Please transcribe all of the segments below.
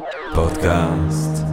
פודקאסט.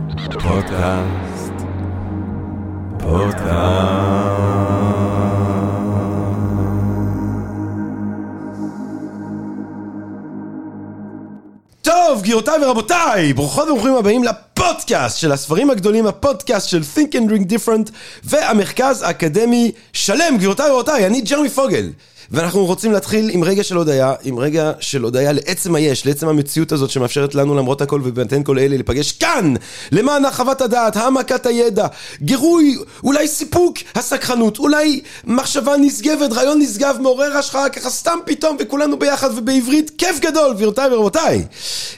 טוב, גבירותיי ורבותיי, ברוכות וברוכים הבאים לפודקאסט של הספרים הגדולים, הפודקאסט של Think and Drink Different והמרכז האקדמי שלם. גבירותיי ורבותיי, אני ג'רמי פוגל, ואנחנו רוצים להתחיל עם רגע של הודעה לעצם היש, לעצם המציאות הזאת שמאפשרת לנו למרות הכל ובנתן כל אלה להיפגש כאן למען הרחבת הדעת, העמקת הידע, גירוי, אולי סיפוק הסקרנות, אולי מחשבה נשגבת, רעיון נשגב, מעורר השחרה, ככה סתם פתאום וכולנו ביחד ובעברית, כיף גדול גבירותיי ורבותיי.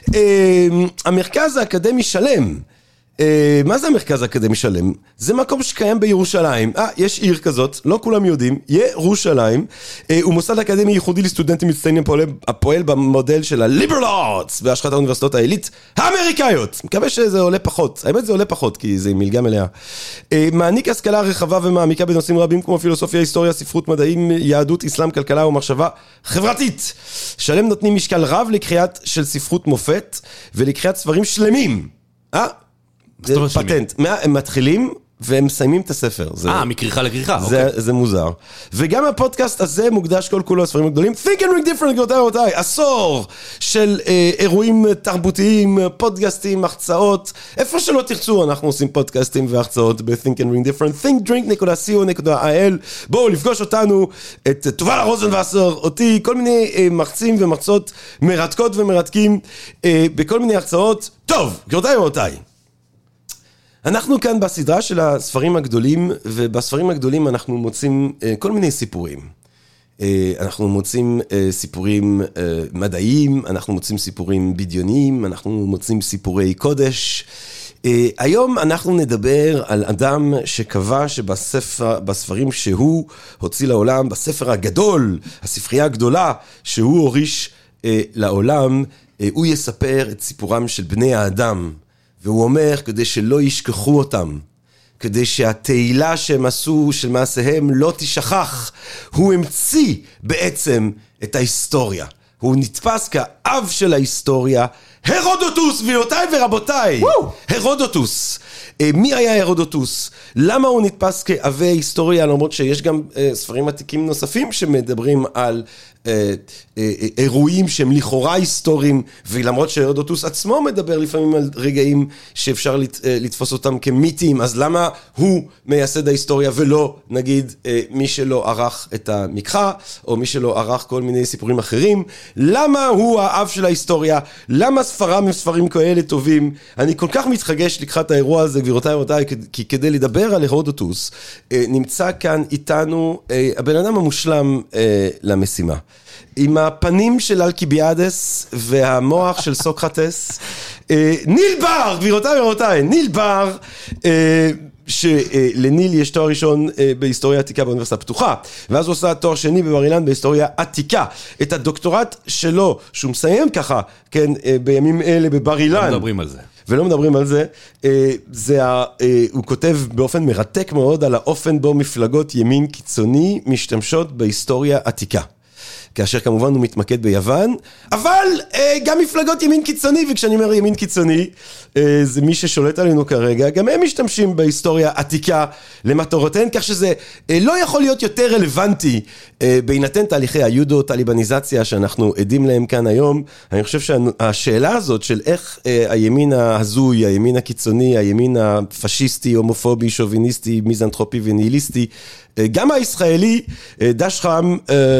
המרכז האקדמי שלם, מה זה המרכז האקדמי שלם? זה מקום שקיים בירושלים. יש עיר כזאת, לא כולם יודעים, ירושלים. הוא מוסד אקדמי ייחודי לסטודנטים מצטיינים הפועל במודל של ה-Liberal Arts בהשקעת האוניברסיטאות העילית האמריקאיות. מקווה שזה עולה פחות. האמת זה עולה פחות, כי זה מלגה מלאה. מעניק השכלה רחבה ומעמיקה בנושאים רבים כמו פילוסופיה, היסטוריה, ספרות, מדעים, יהדות, אסלאם, כלכלה ומחשבה חברתית. שלם נותנים משקל רב לקריאת של ספרות מופת ולקריאת ספרים שלמים. זה פטנט. הם מתחילים והם מסיימים את הספר. מקריחה לקריחה. זה מוזר. וגם הפודקאסט הזה מוקדש כל כולו הספרים הגדולים. Think and Drink Different, גבירותיי, עשור של אירועים תרבותיים, פודקאסטים, הרצאות. איפה שלא תרצו, אנחנו עושים פודקאסטים והרצאות ב-Think and Drink Different. thinkdrink.co.il. בואו לפגוש אותנו, את תובל רוזנווסר, אותי, כל מיני מרצים ומרצות מרתקות ומרתקים בכל מיני הרצאות. טוב, גבירותיי. אנחנו כאן בסדרה של הספרים הגדולים, ובספרים הגדולים אנחנו מוצאים כל מיני סיפורים. אנחנו מוצאים סיפורים מדעיים, אנחנו מוצאים סיפורים בדיוניים, אנחנו מוצאים סיפורי קודש. היום אנחנו נדבר על אדם שקבע שבספרים שהוא הוציא לעולם, בספר הגדול, הספרייה הגדולה שהוא הוריש לעולם, הוא יספר את סיפורם של בני האדם. והוא אומר, כדי שלא ישכחו אותם, כדי שהתהילה שהם עשו של מעשיהם לא תשכח, הוא המציא בעצם את ההיסטוריה. הוא נתפס כאב של ההיסטוריה, הרודוטוס, גבירותיי ורבותיי. הרודוטוס. מי היה הרודוטוס? למה הוא נתפס כאבי היסטוריה, למרות שיש גם ספרים עתיקים נוספים שמדברים על אירועים שהם לכאורה היסטוריים, ולמרות שהרודוטוס עצמו מדבר לפעמים על רגעים שאפשר לתפוס אותם כמיתיים, אז למה הוא מייסד ההיסטוריה ולא נגיד מי שלא ערך את המקרא, או מי שלא ערך כל מיני סיפורים אחרים? למה הוא האב של ההיסטוריה? למה ספרם הם ספרים כאלה טובים? אני כל כך מתחגש לקחת האירוע הזה, גבירותיי ורבותיי, כי כדי לדבר על הרודוטוס, נמצא כאן איתנו הבן אדם המושלם למשימה. עם הפנים של אלקיביאדס והמוח של סוקרטס, ניל בר, גבירותיי ורבותיי, ניל בר, שלניל יש תואר ראשון בהיסטוריה עתיקה באוניברסיטה הפתוחה, ואז הוא עושה תואר שני בבר אילן בהיסטוריה עתיקה. את הדוקטורט שלו, שהוא מסיים ככה, כן, בימים אלה בבר אילן. לא מדברים על זה. ולא מדברים על זה, הוא כותב באופן מרתק מאוד על האופן בו מפלגות ימין קיצוני משתמשות בהיסטוריה עתיקה. כאשר כמובן הוא מתמקד ביוון, אבל גם מפלגות ימין קיצוני, וכשאני אומר ימין קיצוני, זה מי ששולט עלינו כרגע, גם הם משתמשים בהיסטוריה עתיקה למטרותיהן, כך שזה לא יכול להיות יותר רלוונטי בהינתן תהליכי היודו-טליבניזציה שאנחנו עדים להם כאן היום. אני חושב שהשאלה הזאת של איך הימין ההזוי, הימין הקיצוני, הימין הפשיסטי, הומופובי, שוביניסטי, מיזנטרופי וניהיליסטי, גם הישראלי דש חם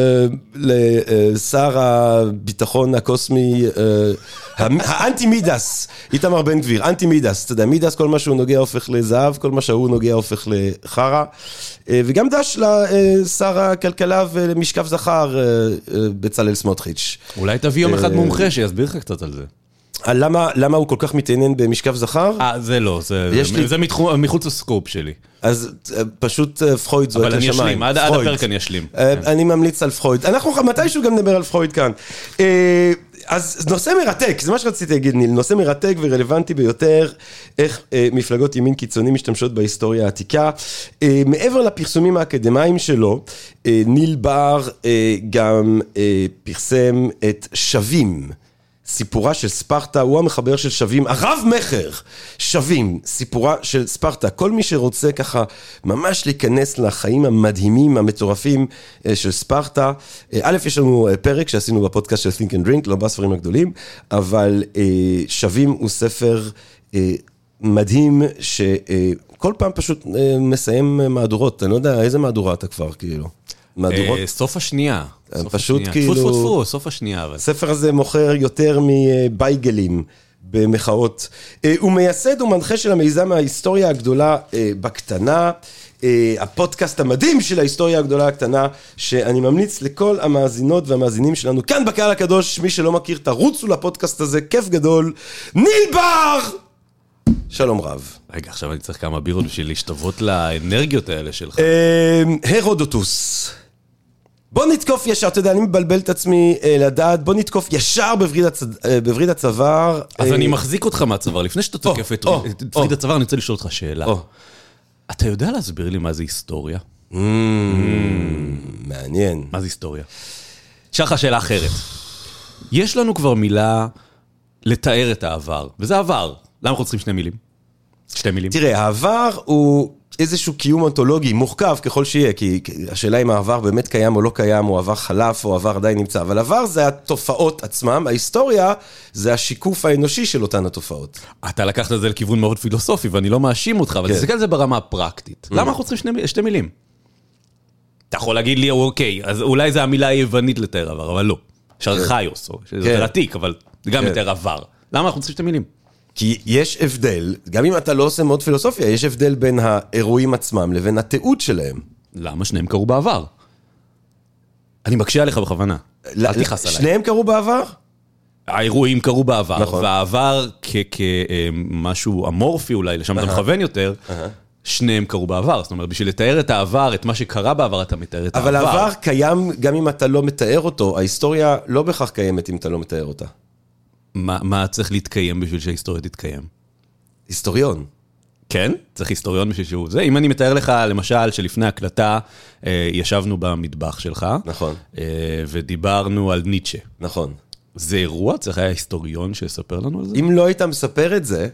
לשר הביטחון הקוסמי, האנטי מידס, איתמר בן גביר, אנטי מידס, אתה יודע, מידס כל מה שהוא נוגע הופך לזהב, כל מה שהוא נוגע הופך לחרה, וגם דש לשר הכלכלה ולמשקף זכר בצלאל סמוטריץ'. אולי תביא יום אחד מומחה שיסביר לך קצת על זה. למה הוא כל כך מתעניין במשקף זכר? זה לא, זה מחוץ לסקופ שלי. אז פשוט פרויד זו את השמיים. אבל אני אשלים, עד הפרק אני אשלים. אני ממליץ על פרויד. אנחנו מתישהו גם נדבר על פרויד כאן. אז נושא מרתק, זה מה שרציתי להגיד ניל, נושא מרתק ורלוונטי ביותר, איך מפלגות ימין קיצוני משתמשות בהיסטוריה העתיקה. מעבר לפרסומים האקדמיים שלו, ניל בר גם פרסם את שווים. סיפורה של ספרטה הוא המחבר של שווים, הרב מחר, שווים, סיפורה של ספרטה. כל מי שרוצה ככה ממש להיכנס לחיים המדהימים, המטורפים של ספרטה, א', יש לנו פרק שעשינו בפודקאסט של Think and Drink, לא בספרים הגדולים, אבל שווים הוא ספר מדהים שכל פעם פשוט מסיים מהדורות. אני לא יודע איזה מהדורה אתה כבר, כאילו. מהדורות? סוף השנייה. פשוט כאילו... סוף השנייה. הספר הזה מוכר יותר מבייגלים במחאות. הוא מייסד ומנחה של המיזם ההיסטוריה הגדולה בקטנה, הפודקאסט המדהים של ההיסטוריה הגדולה הקטנה, שאני ממליץ לכל המאזינות והמאזינים שלנו, כאן בקהל הקדוש, מי שלא מכיר, תרוצו לפודקאסט הזה, כיף גדול. ניל בר! שלום רב. רגע, עכשיו אני צריך כמה בירות בשביל להשתוות לאנרגיות האלה שלך. הרודוטוס. בוא נתקוף ישר, אתה יודע, אני מבלבל את עצמי לדעת, בוא נתקוף ישר בברית הצוואר. אז אני מחזיק אותך מהצוואר, לפני שאתה תוקף את ברית הצוואר, אני רוצה לשאול אותך שאלה. אתה יודע להסביר לי מה זה היסטוריה? מעניין. מה זה היסטוריה? תשאל לך שאלה אחרת. יש לנו כבר מילה לתאר את העבר, וזה עבר. למה אנחנו צריכים שתי מילים? תראה, העבר הוא איזשהו קיום אונתולוגי מורכב ככל שיהיה, כי השאלה אם העבר באמת קיים או לא קיים, או עבר חלף או עבר עדיין נמצא, אבל עבר זה התופעות עצמם, ההיסטוריה זה השיקוף האנושי של אותן התופעות. אתה לקחת את זה לכיוון מאוד פילוסופי, ואני לא מאשים אותך, אבל תסתכל על זה ברמה הפרקטית. למה אנחנו צריכים שתי מילים? אתה יכול להגיד לי, אוקיי, אז אולי זה המילה היוונית לתאר עבר, אבל לא. שרחיוס, זה יותר עתיק, אבל זה גם יותר עבר. למה אנחנו צריכים שתי מילים? כי יש הבדל, גם אם אתה לא עושה מאוד פילוסופיה, יש הבדל בין האירועים עצמם לבין התיעוד שלהם. למה שניהם קרו בעבר? אני מקשה עליך בכוונה. אל תכעס עליי. שניהם קרו בעבר? האירועים קרו בעבר, נכון. והעבר כמשהו אמורפי אולי, לשם אתה מכוון יותר, שניהם קרו בעבר. זאת אומרת, בשביל לתאר את העבר, את מה שקרה בעבר, אתה מתאר את העבר. אבל העבר קיים גם אם אתה לא מתאר אותו, ההיסטוריה לא בכך קיימת אם אתה לא מתאר אותה. מה צריך להתקיים בשביל שההיסטוריה תתקיים? היסטוריון. כן? צריך היסטוריון בשביל שהוא זה. אם אני מתאר לך, למשל, שלפני הקלטה, ישבנו במטבח שלך. נכון. ודיברנו על ניטשה. נכון. זה אירוע? צריך היה היסטוריון שיספר לנו על זה? אם לא היית מספר את זה,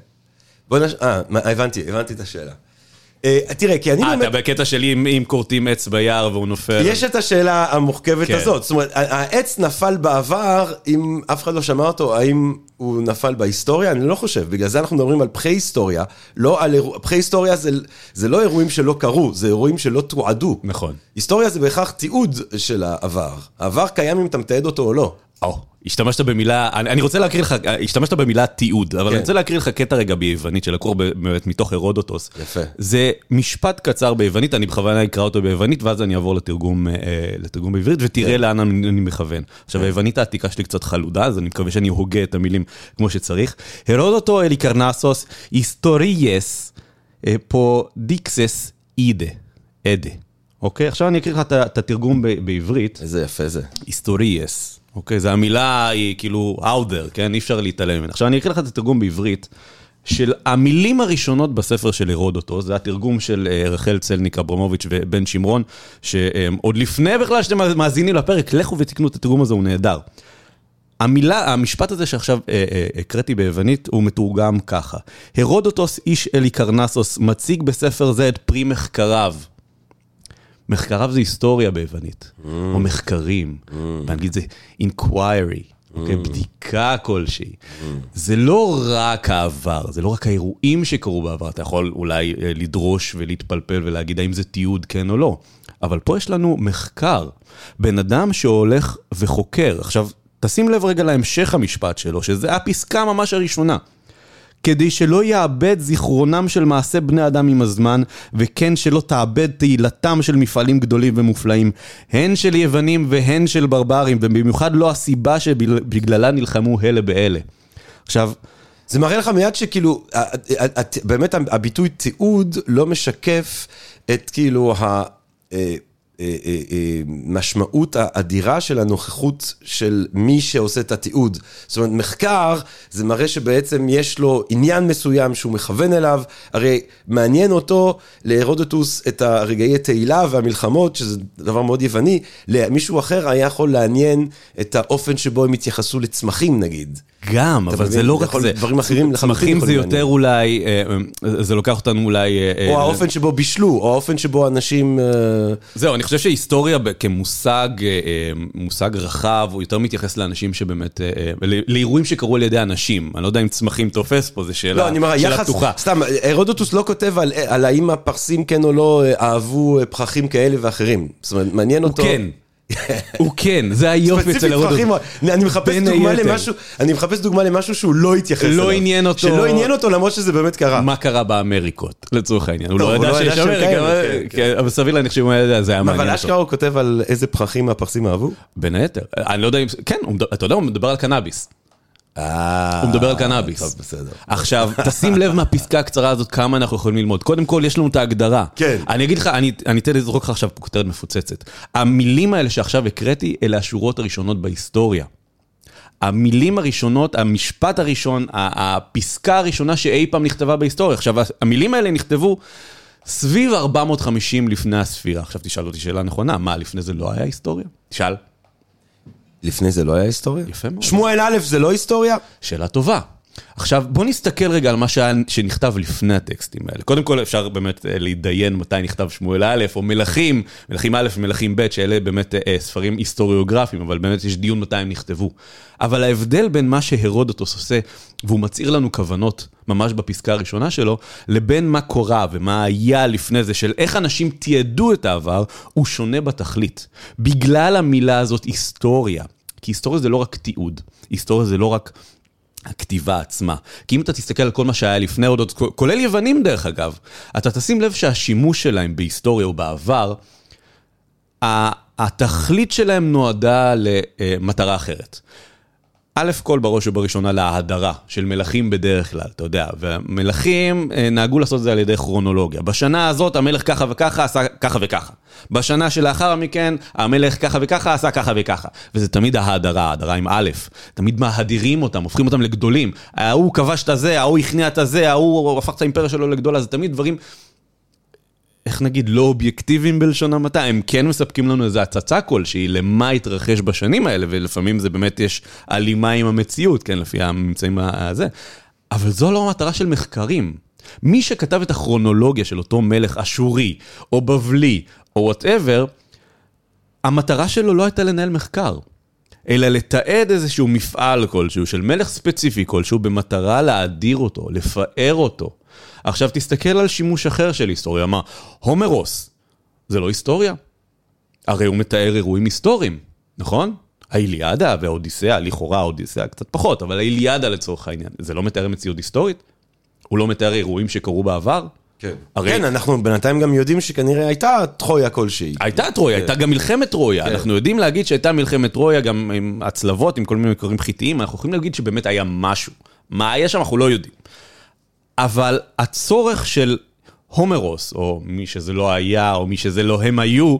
הבנתי את השאלה. תראה, כי אני באמת... אתה בקטע שלי אם קורטים עץ ביער והוא נופל... יש את השאלה המוחכבת הזאת. זאת אומרת, העץ נפל בעבר, אם אף אחד לא שמע אותו, האם הוא נפל בהיסטוריה? אני לא חושב. בגלל זה אנחנו מדברים על פרה-היסטוריה. פרה-היסטוריה זה לא אירועים שלא קרו, זה אירועים שלא תועדו. נכון. היסטוריה זה בהכרח תיעוד של העבר. העבר קיים אם אתה מתעד אותו או לא. השתמשת במילה, אני רוצה להקריא לך, השתמשת במילה תיעוד, אבל אני רוצה להקריא לך קטע רגע ביוונית, שלקור באמת מתוך הרודוטוס. יפה. זה משפט קצר ביוונית, אני בכוונה אקרא אותו ביוונית, ואז אני אעבור לתרגום בעברית, ותראה לאן אני מכוון. עכשיו, היוונית העתיקה שלי קצת חלודה, אז אני מקווה שאני הוגה את המילים כמו שצריך. הרודוטו אליקרנסוס, היסטורייס, פודיקסס אידה. אוקיי? עכשיו אני אקריא לך את התרגום בעברית. איזה יפה זה. היסטורייס. אוקיי, זו המילה היא כאילו out there, כן? אי אפשר להתעלם ממנה. עכשיו אני אקריא לך את התרגום בעברית, של המילים הראשונות בספר של הרודוטוס, זה התרגום של רחל צלניק אברמוביץ' ובן שמרון, שעוד לפני בכלל שאתם מאזינים לפרק, לכו ותקנו את התרגום הזה, הוא נהדר. המשפט הזה שעכשיו הקראתי ביוונית, הוא מתורגם ככה. הרודוטוס איש אליקרנסוס מציג בספר זה את פרי מחקריו. מחקריו זה היסטוריה ביוונית, או מחקרים, באנגלית זה inquiry, בדיקה כלשהי. זה לא רק העבר, זה לא רק האירועים שקרו בעבר, אתה יכול אולי לדרוש ולהתפלפל ולהגיד האם זה תיעוד כן או לא, אבל פה יש לנו מחקר, בן אדם שהולך וחוקר. עכשיו, תשים לב רגע להמשך המשפט שלו, שזה הפסקה ממש הראשונה. כדי שלא יאבד זיכרונם של מעשה בני אדם עם הזמן, וכן שלא תאבד תהילתם של מפעלים גדולים ומופלאים, הן של יוונים והן של ברברים, ובמיוחד לא הסיבה שבגללה נלחמו אלה באלה. עכשיו, זה מראה לך מיד שכאילו, באמת הביטוי תיעוד לא משקף את כאילו משמעות האדירה של הנוכחות של מי שעושה את התיעוד. זאת אומרת, מחקר, זה מראה שבעצם יש לו עניין מסוים שהוא מכוון אליו, הרי מעניין אותו להרודוטוס את הרגעי התהילה והמלחמות, שזה דבר מאוד יווני, למישהו אחר היה יכול לעניין את האופן שבו הם התייחסו לצמחים נגיד. גם, אבל זה לא רק זה. דברים אחרים צמחים זה יותר אולי, זה לוקח אותנו אולי... או האופן שבו בישלו, או האופן שבו אנשים... זהו, אני חושב שהיסטוריה כמושג רחב, הוא יותר מתייחס לאנשים שבאמת, לאירועים שקרו על ידי אנשים. אני לא יודע אם צמחים תופס פה, זו שאלה פתוחה. סתם, הרודוטוס לא כותב על האם הפרסים כן או לא אהבו פרחים כאלה ואחרים. זאת אומרת, מעניין אותו... הוא כן, זה היופי אצל הרודוטוס. אני מחפש דוגמה למשהו שהוא לא התייחס אליו. לא עניין אותו. שלא עניין אותו למרות שזה באמת קרה. מה קרה באמריקות, לצורך העניין. הוא לא ידע שיש אמריקה, אבל סביר להניח שהוא ידע, זה היה מעניין אותו. אבל אשכרה הוא כותב על איזה פרחים הפרסים אהבו? בין היתר. אני לא יודע אם... כן, אתה יודע, הוא מדבר על קנאביס. הוא מדבר על קנאביס. טוב, בסדר. עכשיו, תשים לב מהפסקה הקצרה הזאת כמה אנחנו יכולים ללמוד. קודם כל, יש לנו את ההגדרה. כן. אני אגיד לך, אני אתן לזרוק לך עכשיו כותרת מפוצצת. המילים האלה שעכשיו הקראתי, אלה השורות הראשונות בהיסטוריה. המילים הראשונות, המשפט הראשון, הפסקה הראשונה שאי פעם נכתבה בהיסטוריה. עכשיו, המילים האלה נכתבו סביב 450 לפני הספירה. עכשיו, תשאל אותי שאלה נכונה, מה, לפני זה לא היה היסטוריה? תשאל. לפני זה לא היה היסטוריה? יפה מאוד. שמואל א' זה לא היסטוריה? שאלה טובה. עכשיו, בוא נסתכל רגע על מה שנכתב לפני הטקסטים האלה. קודם כל, אפשר באמת להתדיין מתי נכתב שמואל א', או מלכים א' ומלכים ב', שאלה באמת ספרים היסטוריוגרפיים, אבל באמת יש דיון מתי הם נכתבו. אבל ההבדל בין מה שהרודוטוס עושה, והוא מצעיר לנו כוונות, ממש בפסקה הראשונה שלו, לבין מה קורה ומה היה לפני זה, של איך אנשים תיעדו את העבר, הוא שונה בתכלית. בגלל המילה הזאת היסטוריה. כי היסטוריה זה לא רק תיעוד. היסטוריה זה לא רק... הכתיבה עצמה. כי אם אתה תסתכל על כל מה שהיה לפני עוד, כולל יוונים דרך אגב, אתה תשים לב שהשימוש שלהם בהיסטוריה או בעבר, התכלית שלהם נועדה למטרה אחרת. א' כל בראש ובראשונה להדרה של מלכים בדרך כלל, אתה יודע, ומלכים נהגו לעשות זה על ידי כרונולוגיה. בשנה הזאת המלך ככה וככה עשה ככה וככה. בשנה שלאחר מכן המלך ככה וככה עשה ככה וככה. וזה תמיד ההדרה עם א', תמיד מהדירים אותם, הופכים אותם לגדולים. ההוא כבש את הזה, ההוא הכניע את הזה, ההוא הפך את האימפריה שלו לגדולה, זה תמיד דברים... איך נגיד, לא אובייקטיביים בלשון המעטה, הם כן מספקים לנו איזו הצצה כלשהי למה התרחש בשנים האלה, ולפעמים זה באמת יש אלימה עם המציאות, כן, לפי הממצאים הזה. אבל זו לא המטרה של מחקרים. מי שכתב את הכרונולוגיה של אותו מלך אשורי, או בבלי, או whatever, המטרה שלו לא הייתה לנהל מחקר, אלא לתעד איזשהו מפעל כלשהו, של מלך ספציפי כלשהו, במטרה להאדיר אותו, לפאר אותו. עכשיו תסתכל על שימוש אחר של היסטוריה, מה? הומרוס, זה לא היסטוריה? הרי הוא מתאר אירועים היסטוריים, נכון? האיליאדה והאודיסאה, לכאורה האודיסאה קצת פחות, אבל האיליאדה לצורך העניין, זה לא מתאר מציאות היסטורית? הוא לא מתאר אירועים שקרו בעבר? כן. כן, אנחנו בינתיים גם יודעים שכנראה הייתה טרויה כלשהי. הייתה טרויה, הייתה גם מלחמת טרויה. אנחנו יודעים להגיד שהייתה מלחמת טרויה גם עם הצלבות, עם כל מיני מקורים חיתיים, אנחנו יכולים להגיד שבאמת היה משהו. מה היה שם אנחנו לא יודעים. אבל הצורך של הומרוס, או מי שזה לא היה, או מי שזה לא הם היו,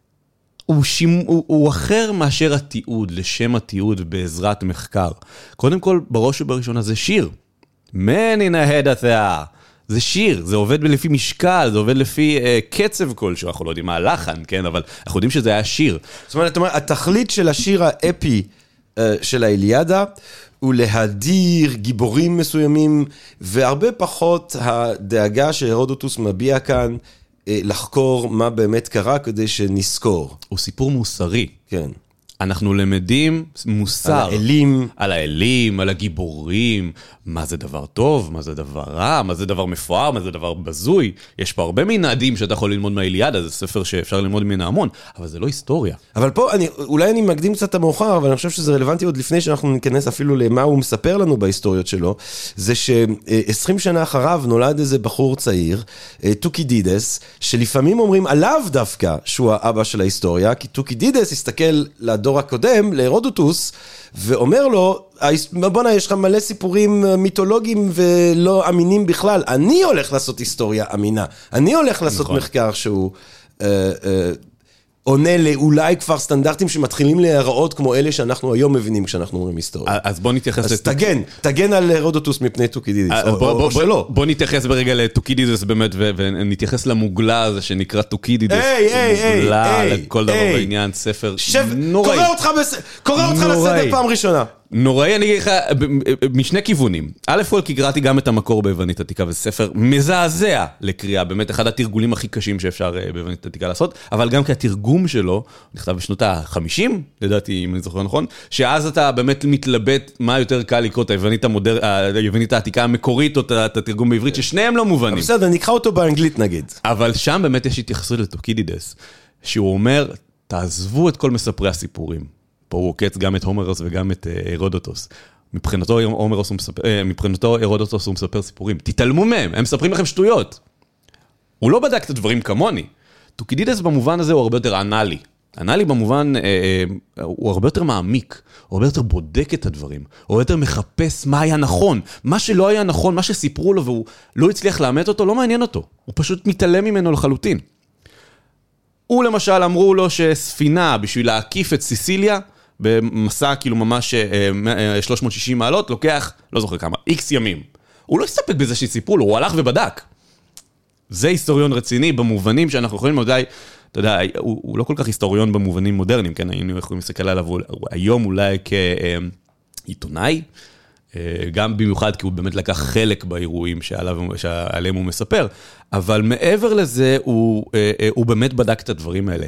הוא אחר מאשר התיעוד, לשם התיעוד בעזרת מחקר. קודם כל, בראש ובראשונה זה שיר. Man in a head of the... זה שיר, זה עובד לפי משקל, זה עובד לפי קצב כלשהו, אנחנו לא יודעים מה הלחן, כן? אבל אנחנו יודעים שזה היה שיר. זאת אומרת, התכלית של השיר האפי של האיליאדה, הוא להדיר גיבורים מסוימים, והרבה פחות הדאגה שהרודוטוס מביע כאן, לחקור מה באמת קרה כדי שנזכור. הוא סיפור מוסרי. כן. אנחנו למדים מוסר. על האלים. על האלים, על הגיבורים, מה זה דבר טוב, מה זה דבר רע, מה זה דבר מפואר, מה זה דבר בזוי. יש פה הרבה מנעדים שאתה יכול ללמוד מהאיליאדה, זה ספר שאפשר ללמוד ממנו המון, אבל זה לא היסטוריה. אבל פה, אולי אני מקדים קצת המאוחר, אבל אני חושב שזה רלוונטי עוד לפני שאנחנו ניכנס אפילו למה הוא מספר לנו בהיסטוריות שלו, זה ש20 שנה אחריו נולד איזה בחור צעיר, טוקידידס, שלפעמים אומרים עליו דווקא שהוא האבא של ההיסטוריה, כי טוקידידס הסתכל לדור הקודם, להרודוטוס, ואומר לו, בונה, יש לך מלא סיפורים מיתולוגיים ולא אמינים בכלל. אני הולך לעשות היסטוריה אמינה. אני הולך לעשות מחקר שהוא עונה לאולי כבר סטנדרטים שמתחילים להיראות כמו אלה שאנחנו היום מבינים כשאנחנו אומרים היסטוריה. אז בוא נתייחס... אז תגן על הרודוטוס מפני טוקידידס, או שלא. בוא נתייחס ברגע לטוקידידס באמת, ונתייחס למוגלה הזה שנקרא טוקידידס. מוגלה לכל דבר בעניין, ספר נוראי. קורא אותך לסדר פעם ראשונה. נוראי, אני אגיד לך, משני כיוונים. א' כל כי קראתי גם את המקור ביוונית עתיקה, וזה ספר מזעזע לקריאה, באמת אחד התרגולים הכי קשים שאפשר ביוונית עתיקה לעשות, אבל גם כי התרגום שלו, נכתב בשנות ה-50, לדעתי, אם אני זוכר נכון, שאז אתה באמת מתלבט מה יותר קל לקרוא את היוונית העתיקה המקורית, או את התרגום בעברית, ששניהם לא מובנים. בסדר, נקרא אותו באנגלית נגיד. אבל שם באמת יש התייחסות לתוקידידס, שהוא אומר, תעזבו את כל מספרי הסיפורים. פה הוא עוקץ גם את הומרוס וגם את הרודוטוס. מבחינתו הרודוטוס הוא מספר סיפורים. תתעלמו מהם, הם מספרים לכם שטויות. הוא לא בדק את הדברים כמוני. תוקידידס במובן הזה הוא הרבה יותר אנלי. אנלי במובן, הוא הרבה יותר מעמיק, הוא הרבה יותר בודק את הדברים, הוא הרבה יותר מחפש מה היה נכון. מה שלא היה נכון, מה שסיפרו לו והוא לא הצליח לאמת אותו, לא מעניין אותו. הוא פשוט מתעלם ממנו לחלוטין. הוא למשל אמרו לו שספינה בשביל להקיף את סיסיליה, במסע כאילו ממש 360 מעלות, לוקח, לא זוכר כמה, X ימים. הוא לא הסתפק בזה שסיפרו לו, הוא הלך ובדק. זה היסטוריון רציני במובנים שאנחנו יכולים אולי, אתה יודע, הוא לא כל כך היסטוריון במובנים מודרניים, כן, היינו יכולים להסתכל עליו היום אולי כעיתונאי, גם במיוחד כי הוא באמת לקח חלק באירועים שעליהם הוא מספר, אבל מעבר לזה הוא באמת בדק את הדברים האלה.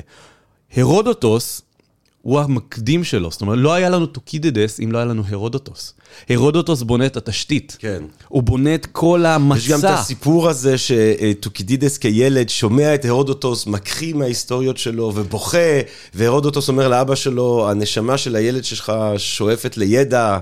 הרודוטוס הוא המקדים שלו, זאת אומרת, לא היה לנו תוקידידס אם לא היה לנו הרודוטוס. הרודוטוס בונה את התשתית. כן. הוא בונה את כל המצע. יש גם את הסיפור הזה שתוקידידס כילד שומע את הרודוטוס, מקחי מההיסטוריות שלו ובוכה, והרודוטוס אומר לאבא שלו, הנשמה של הילד שלך שואפת לידע.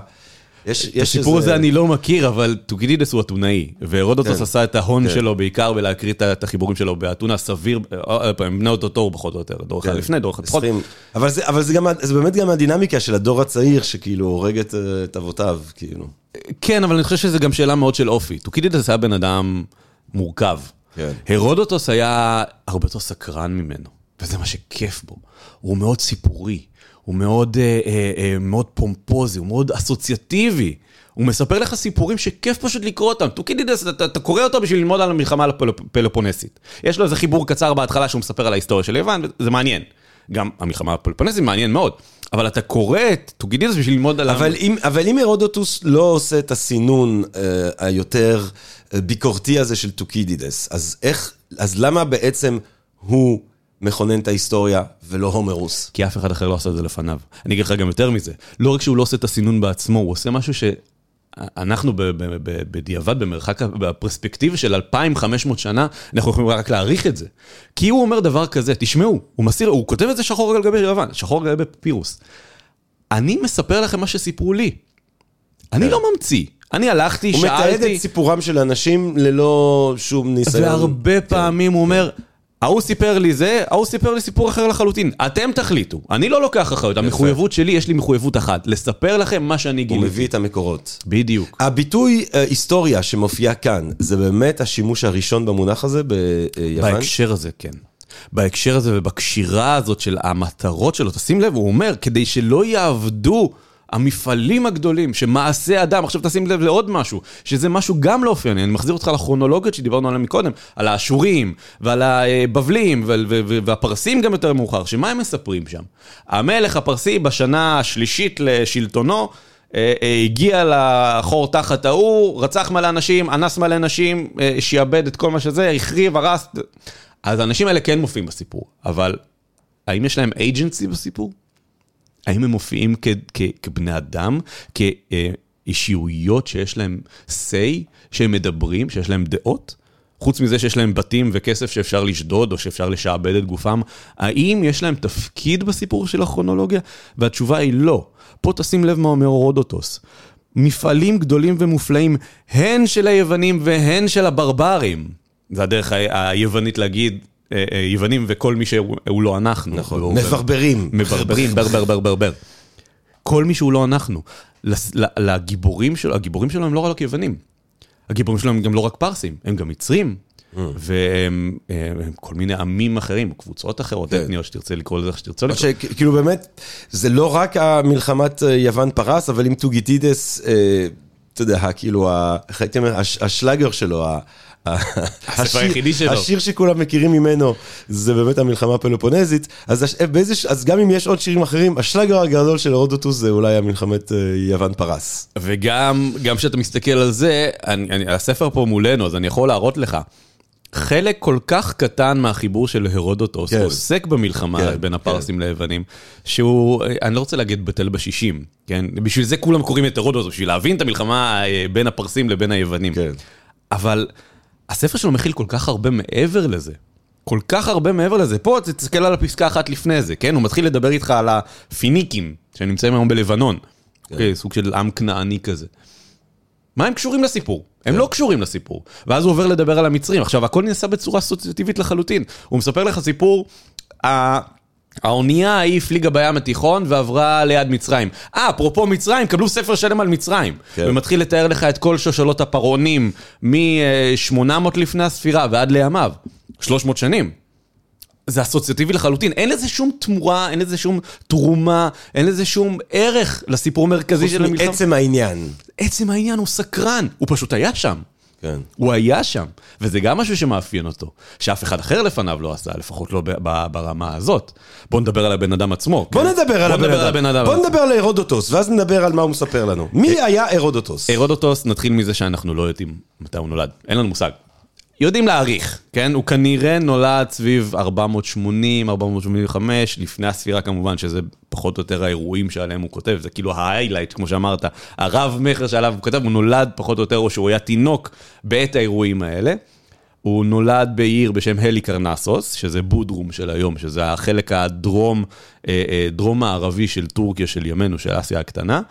את הסיפור הזה אני לא מכיר, אבל תוקידידס הוא אתונאי, והרודוטוס עשה את ההון שלו בעיקר בלהקריא את החיבורים שלו באתונה סביר, הם בני אותו תור פחות או יותר, דור אחד לפני, דור אחד פחות. אבל זה באמת גם הדינמיקה של הדור הצעיר, שכאילו הורג את אבותיו, כאילו. כן, אבל אני חושב שזה גם שאלה מאוד של אופי. תוקידידס היה בן אדם מורכב. הרודוטוס היה הרבה יותר סקרן ממנו, וזה מה שכיף בו. הוא מאוד סיפורי. הוא מאוד, מאוד פומפוזי, הוא מאוד אסוציאטיבי. הוא מספר לך סיפורים שכיף פשוט לקרוא אותם. תוקידידס, אתה קורא אותו בשביל ללמוד על המלחמה הפלופונסית. יש לו איזה חיבור קצר בהתחלה שהוא מספר על ההיסטוריה של יוון, וזה מעניין. גם המלחמה הפלופונסית מעניין מאוד. אבל אתה קורא את תוקידידס בשביל ללמוד על... אבל אם הרודוטוס לא עושה את הסינון היותר ביקורתי הזה של תוקידידס, אז למה בעצם הוא... מכונן את ההיסטוריה, ולא הומרוס. כי אף אחד אחר לא עושה את זה לפניו. אני אגיד לך גם יותר מזה. לא רק שהוא לא עושה את הסינון בעצמו, הוא עושה משהו שאנחנו בדיעבד, במרחק, בפרספקטיבה של 2500 שנה, אנחנו יכולים רק להעריך את זה. כי הוא אומר דבר כזה, תשמעו, הוא כותב את זה שחור על גבי יוון, שחור על גבי פירוס. אני מספר לכם מה שסיפרו לי. אני לא ממציא. אני הלכתי, שאלתי... הוא מתעד את סיפורם של אנשים ללא שום ניסיון. והרבה פעמים הוא אומר... ההוא סיפר לי זה, ההוא סיפר לי סיפור אחר לחלוטין. אתם תחליטו. אני לא לוקח אחריות. המחויבות שלי, יש לי מחויבות אחת. לספר לכם מה שאני גיליתי. הוא מביא את המקורות. בדיוק. הביטוי היסטוריה שמופיע כאן, זה באמת השימוש הראשון במונח הזה ביוון? בהקשר הזה, כן. בהקשר הזה ובקשירה הזאת של המטרות שלו, תשים לב, הוא אומר, כדי שלא יעבדו המפעלים הגדולים, שמעשה אדם, עכשיו תשים לב לעוד משהו, שזה משהו גם לא אופייני, אני מחזיר אותך לכרונולוגיות שדיברנו עליהם מקודם, על האשורים, ועל הבבלים, והפרסים גם יותר מאוחר, שמה הם מספרים שם? המלך הפרסי בשנה השלישית לשלטונו, הגיע לחור תחת ההוא, רצח מלא אנשים, אנס מלא אנשים, שיאבד את כל מה שזה, החריב, הרס, אז האנשים האלה כן מופיעים בסיפור, אבל האם יש להם agency בסיפור? האם הם מופיעים כבני אדם, כאישיויות שיש להם say, שהם מדברים, שיש להם דעות? חוץ מזה שיש להם בתים וכסף שאפשר לשדוד, או שאפשר לשעבד את גופם, האם יש להם תפקיד בסיפור של הכרונולוגיה? והתשובה היא לא. פה תשים לב מה אומר הרודוטוס. מפעלים גדולים ומופלאים, הן של היוונים והן של הברברים. זה הדרך היוונית להגיד, יוונים וכל מי שהוא לא אנחנו. נכון, מברברים. מברברים, ברבר. כל מי שהוא לא אנחנו. לגיבורים שלו, הגיבורים שלו הם לא רק יוונים. הגיבורים שלו הם גם לא רק פרסים, הם גם מצרים, והם כל מיני עמים אחרים, קבוצות אחרות, אתניות שתרצה לקרוא לזה, שתרצה לקרוא. כאילו באמת, זה לא רק המלחמת יוון פרס, אבל אם תוקידידס אתה יודע, כאילו, איך הייתי אומר, השלאגר שלו, הספר היחידי שלו. השיר שכולם מכירים ממנו, זה באמת המלחמה הפלופונסית, אז גם אם יש עוד שירים אחרים, השלאגר הגדול של הרודוטוס זה אולי המלחמת יוון פרס. וגם שאתה מסתכל על זה, הספר פה מולנו, אז אני יכול להראות לך, חלק כל כך קטן מהחיבור של הרודוטוס, עוסק במלחמה בין הפרסים ליוונים, שהוא, אני לא רוצה להגיד בטל ב-60, כן? בשביל זה כולם קוראים את הרודוטוס, בשביל להבין את המלחמה בין הפרסים לבין היוונים. אבל הספר שלו מכיל כל כך הרבה מעבר לזה. כל כך הרבה מעבר לזה. פה תסתכל על הפסקה אחת לפני זה, כן? הוא מתחיל לדבר איתך על הפיניקים, שנמצאים היום בלבנון. אוקיי, סוג של עם כנעני כזה. מה הם קשורים לסיפור? הם לא קשורים לסיפור. ואז הוא עובר לדבר על המצרים. עכשיו, הכל נעשה בצורה אסוציאטיבית לחלוטין. הוא מספר לך סיפור, האונייה היא הפליגה בים התיכון ועברה ליד מצרים. אפרופו מצרים, קבלו ספר שלם על מצרים. ומתחיל לתאר לך את כל שושלות הפרעונים מ-800 לפני הספירה ועד לימיו. 300 שנים. זה אסוציאטיבי לחלוטין. אין לזה שום תמורה, אין לזה שום תרומה, אין לזה שום ערך לסיפור מרכזי של המלחמה. עצם העניין. עצם העניין, הוא סקרן. הוא פשוט היה שם. כן. הוא היה שם. וזה גם משהו שמאפיין אותו. שאף אחד אחר לפניו לא עשה, לפחות לא ברמה הזאת. בוא נדבר על הבן אדם עצמו. בוא נדבר על הבן אדם. בוא נדבר על הרודוטוס, ואז נדבר על מה הוא מספר לנו. מי היה הרודוטוס? הרודוטוס, נתחיל מזה שאנחנו לא יודעים מתי הוא נולד. אין לנו מושג. יודעים להעריך, כן? הוא כנראה נולד סביב 480, 485, לפני הספירה כמובן, שזה פחות או יותר האירועים שעליהם הוא כותב, זה כאילו ההיילייט, כמו שאמרת, הרב מחר שעליו הוא כותב, הוא נולד פחות או יותר, או שהוא היה תינוק בעת האירועים האלה. הוא נולד בעיר בשם הליקרנסוס, שזה בודרום של היום, שזה החלק הדרום הערבי של טורקיה, של ימינו, של אסיה הקטנה.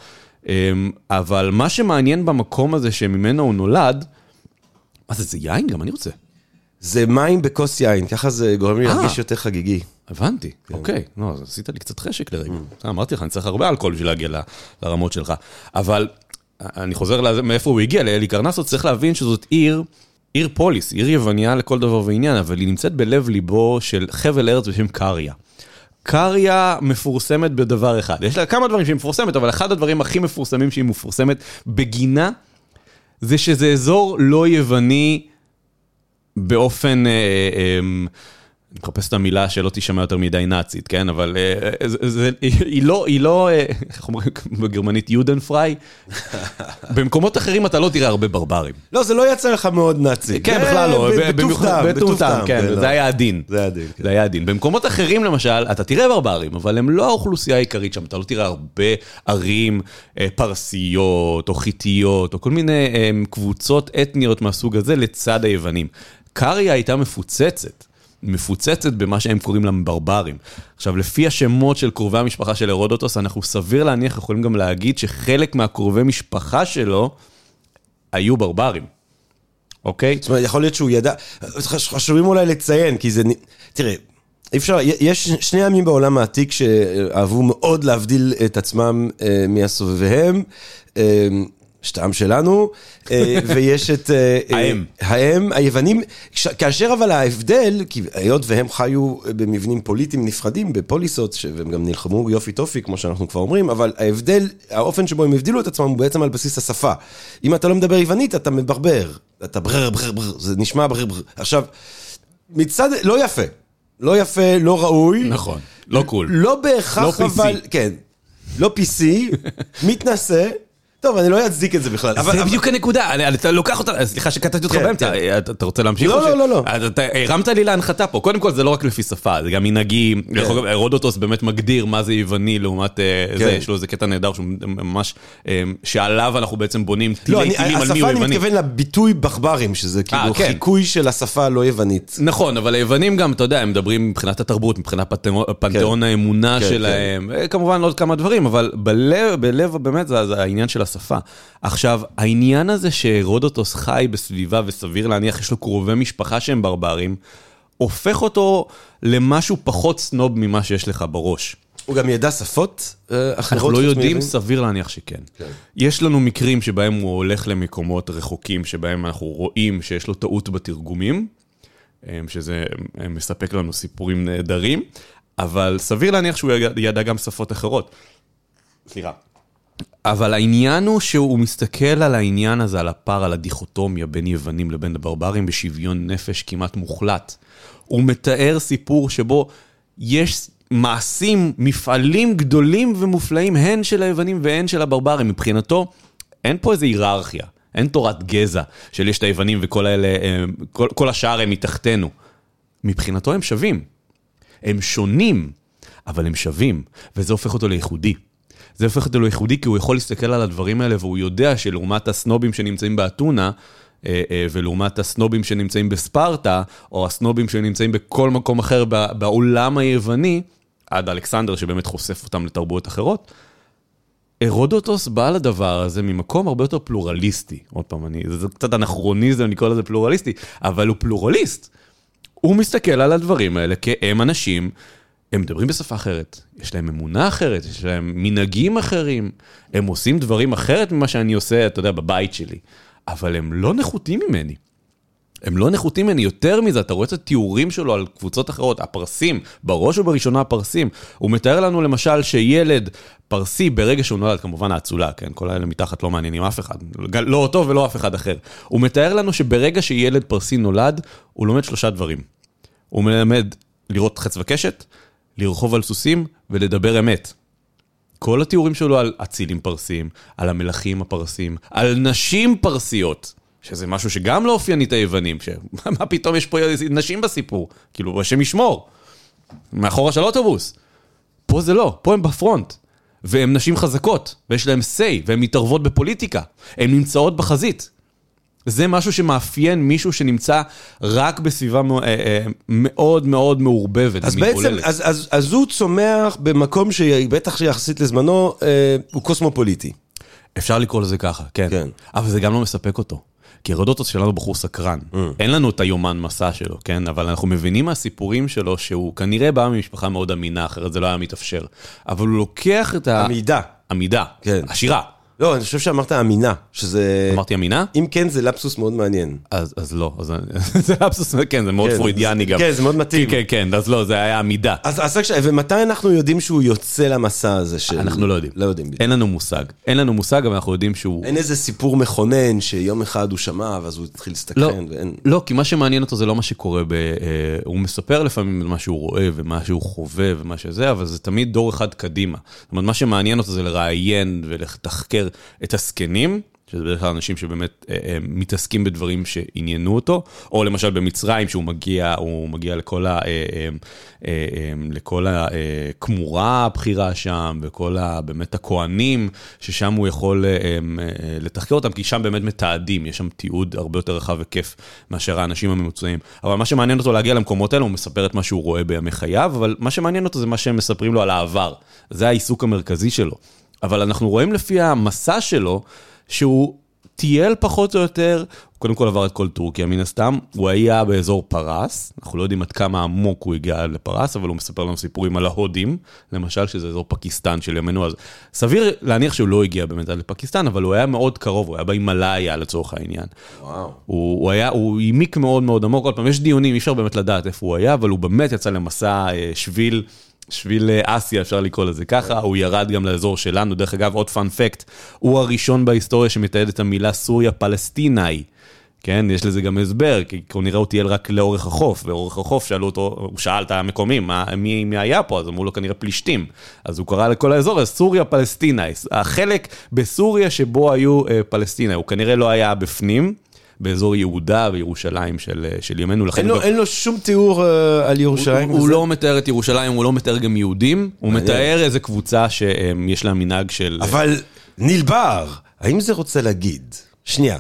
אבל מה שמעניין במקום הזה שממנו הוא נולד, מה זה יין? גם אני רוצה. זה מים בכוס יין, ככה זה גורם לי להרגיש יותר חגיגי. הבנתי, אוקיי. לא, אז עשית לי קצת חשק לרגע. אמרתי לך, אני צריך הרבה אלכוהול בשביל להגיע לרמות שלך. אבל אני חוזר מאיפה הוא הגיע, להליקרנסוס, צריך להבין שזאת עיר פוליס, עיר יווניה לכל דבר ועניין, אבל היא נמצאת בלב ליבו של חבל ארץ בשם קריה. קריה מפורסמת בדבר אחד. יש לה כמה דברים שהיא מפורסמת, אבל אחד הדברים הכי מפורסמים שהיא מפורסמת בגינה, זה שזה אזור לא יווני באופן, אני מחפש את המילה שלא תשמע יותר מדי נאצית, כן? אבל היא לא, איך אומרים בגרמנית, יודנפריי. במקומות אחרים אתה לא תראה הרבה ברברים. לא, זה לא יצא לך מאוד נאצי. כן, בכלל לא. בטובתם, כן, זה היה הדין. זה היה הדין. במקומות אחרים למשל, אתה תראה ברברים, אבל הם לא האוכלוסייה העיקרית שם. אתה לא תראה הרבה ערים פרסיות או חיתיות, או כל מיני קבוצות אתניות מהסוג הזה לצד היוונים. קריה הייתה מפוצצת במה שהם קוראים להם ברברים. עכשיו, לפי השמות של קרובי המשפחה של הרודוטוס, אנחנו סביר להניח יכולים גם להגיד שחלק מהקרובי משפחה שלו היו ברברים. אוקיי? זאת אומרת, יכול להיות שהוא ידע, חשובים אולי לציין, כי זה, תראה, אפשר, יש שני עמים בעולם העתיק שאהבו מאוד להבדיל את עצמם מהסובביהם, שטעם שלנו, ויש את האם, היוונים, כאשר אבל ההבדל, כי היות והם חיו במבנים פוליטיים נפרדים, בפוליסות, והם גם נלחמו יופי טופי, כמו שאנחנו כבר אומרים, אבל ההבדל, האופן שבו הם הבדילו את עצמם, הוא בעצם על בסיס השפה. אם אתה לא מדבר יוונית, אתה מברבר, אתה ברר, זה נשמע ברר. עכשיו, מצד, לא יפה, לא ראוי. נכון, לא קול. לא בהכרח, אבל, כן, לא PC, מתנשא, טוב, אני לא אצדיק את זה בכלל. זה בדיוק הנקודה, אתה לוקח אותה, סליחה שקטעתי אותך באמצע, אתה רוצה להמשיך? לא. אתה הרמת לי להנחתה פה, קודם כל זה לא רק לפי שפה, זה גם מנהגים, הרודוטוס באמת מגדיר מה זה יווני לעומת זה, יש לו איזה קטע נהדר, ממש, שעליו אנחנו בעצם בונים טילים על מי הוא יווני. השפה אני מתכוון לביטוי בחברים, שזה כאילו חיקוי של השפה הלא יוונית. נכון, אבל היוונים גם, אתה יודע, הם מדברים מבחינת התרבות, מבחינת פנתיאון האמונה שלהם, כמובן עוד כמה דברים, אבל בלב באמת זה העניין של השפה. עכשיו, העניין הזה שרודוטוס חי בסביבה וסביר להניח יש לו קרובי משפחה שהם ברברים, הופך אותו למשהו פחות סנוב ממה שיש לך בראש. הוא גם ידע שפות אחרות? אנחנו לא יודעים, סביר להניח שכן. יש לנו מקרים שבהם הוא הולך למקומות רחוקים, שבהם אנחנו רואים שיש לו טעות בתרגומים, שזה מספק לנו סיפורים נהדרים, אבל סביר להניח שהוא ידע גם שפות אחרות. סליחה. אבל העניין הוא שהוא מסתכל על העניין הזה, על הפער, על הדיכוטומיה בין יוונים לבין הברברים בשוויון נפש כמעט מוחלט. הוא מתאר סיפור שבו יש מעשים, מפעלים גדולים ומופלאים, הן של היוונים והן של הברברים. מבחינתו, אין פה איזו היררכיה, אין תורת גזע של יש את היוונים וכל האלה, כל השאר הם מתחתנו. מבחינתו הם שווים. הם שונים, אבל הם שווים, וזה הופך אותו לייחודי. זה הופך אותו לייחודי כי הוא יכול להסתכל על הדברים האלה, והוא יודע שלעומת הסנובים שנמצאים באתונה, ולעומת הסנובים שנמצאים בספרטה, או הסנובים שנמצאים בכל מקום אחר בעולם היווני, עד אלכסנדר שבאמת חושף אותם לתרבויות אחרות, הרודוטוס בא לדבר הזה ממקום הרבה יותר פלורליסטי. עוד פעם, זה קצת אנכרוניזם, אני קורא לזה פלורליסטי, אבל הוא פלורליסט. הוא מסתכל על הדברים האלה כהם אנשים, הם מדברים בשפה אחרת, יש להם אמונה אחרת, יש להם מנהגים אחרים, הם עושים דברים אחרת ממה שאני עושה, אתה יודע, בבית שלי. אבל הם לא נחותים ממני. הם לא נחותים ממני. יותר מזה, אתה רואה את התיאורים שלו על קבוצות אחרות, הפרסים, בראש ובראשונה הפרסים. הוא מתאר לנו למשל שילד פרסי ברגע שהוא נולד, כמובן האצולה, כן? כל האלה מתחת לא מעניינים אף אחד. לא אותו ולא אף אחד אחר. הוא מתאר לנו שברגע שילד פרסי נולד, הוא לומד 3 דברים. הוא מלמד לראות חץ וקשת, לרחוב על סוסים ולדבר אמת. כל התיאורים שלו על אצילים פרסיים, על המלכים הפרסיים, על נשים פרסיות, שזה משהו שגם לא אופייני את היוונים, מה פתאום יש פה נשים בסיפור? כאילו, השם ישמור, מאחורה של אוטובוס. פה זה לא, פה הם בפרונט, והן נשים חזקות, ויש להם say, והן מתערבות בפוליטיקה, הן נמצאות בחזית. זה משהו שמאפיין מישהו שנמצא רק בסביבה מאוד מאוד מעורבבת. אז בעצם, אז הוא צומח במקום שבטח שיחסית לזמנו הוא קוסמופוליטי. אפשר לקרוא לזה ככה, כן. אבל זה גם לא מספק אותו. כי הרודוטוס שלנו בחור סקרן. אין לנו את היומן מסע שלו, כן? אבל אנחנו מבינים מהסיפורים שלו שהוא כנראה בא ממשפחה מאוד אמינה, אחרת זה לא היה מתאפשר. אבל הוא לוקח את עמידה, עשירה. לא, אני חושב שאמרת אמינה, שזה... אמרתי אמינה? אם כן, זה לפסוס מאוד מעניין. אז לא, זה לפסוס, כן, זה מאוד פרוידיאני גם. כן, זה מאוד מתאים. כן, אז לא, זה היה עמידה. אז ומתי אנחנו יודעים שהוא יוצא למסע הזה של... אנחנו לא יודעים. לא יודעים. אין לנו מושג, אבל אנחנו יודעים שהוא... אין איזה סיפור מכונן שיום אחד הוא שמע, ואז הוא התחיל להסתכן. לא, כי מה שמעניין אותו זה לא מה שקורה הוא מספר לפעמים מה שהוא רואה, ומה שהוא חווה, ומה שזה, אבל זה תמיד דור אחד קדימה. זאת אומרת, מה שמעניין אותו זה לראיין ולתחקר את הסקנים, שזה בדרך כלל אנשים שבאמת מתעסקים בדברים שעניינו אותו, או למשל במצרים, שהוא מגיע לכל הכמורה הבחירה שם, וכל באמת הכהנים, ששם הוא יכול לתחקר אותם, כי שם באמת מתעדים, יש שם תיעוד הרבה יותר רחב וכיף, מאשר האנשים הממוצעים. אבל מה שמעניין אותו להגיע למקומות האלה, הוא מספר את מה שהוא רואה בימי חייו, אבל מה שמעניין אותו זה מה שהם מספרים לו על העבר. זה העיסוק המרכזי שלו. אבל אנחנו רואים לפי המסע שלו, שהוא טייל פחות או יותר, הוא קודם כל עבר את כל טורקיה מן הסתם, הוא היה באזור פרס, אנחנו לא יודעים עד כמה עמוק הוא הגיע לפרס, אבל הוא מספר לנו סיפורים על ההודים, למשל שזה אזור פקיסטן של ימינו, אז סביר להניח שהוא לא הגיע באמת לפקיסטן, אבל הוא היה מאוד קרוב, הוא היה בהימאליה לצורך העניין. וואו. הוא העמיק מאוד מאוד עמוק, עוד פעם יש דיונים, אי אפשר באמת לדעת איפה הוא היה, אבל הוא באמת יצא למסע שביל אסיה, אפשר לקרוא לזה ככה, הוא ירד גם לאזור שלנו, דרך אגב, עוד פאנ פקט, הוא הראשון בהיסטוריה שמתעד את המילה סוריה פלסטינאי, כן, יש לזה גם הסבר, כי הוא נראה הוא טייל רק לאורך החוף, ואורך החוף שאלו אותו, הוא שאל את המקומים, מי היה פה, אז אמרו לו כנראה פלישתים, אז הוא קרא לכל האזור, סוריה פלסטינאי, החלק בסוריה שבו היו פלסטינאי, הוא כנראה לא היה בפנים, באזור יהודה וירושלים של ימינו. אין לו שום תיאור על ירושלים? הוא לא מתאר את ירושלים, הוא לא מתאר גם יהודים, הוא מתאר איזו קבוצה שיש לה מנהג של... אבל ניל בר, האם זה רוצה להגיד? שנייה.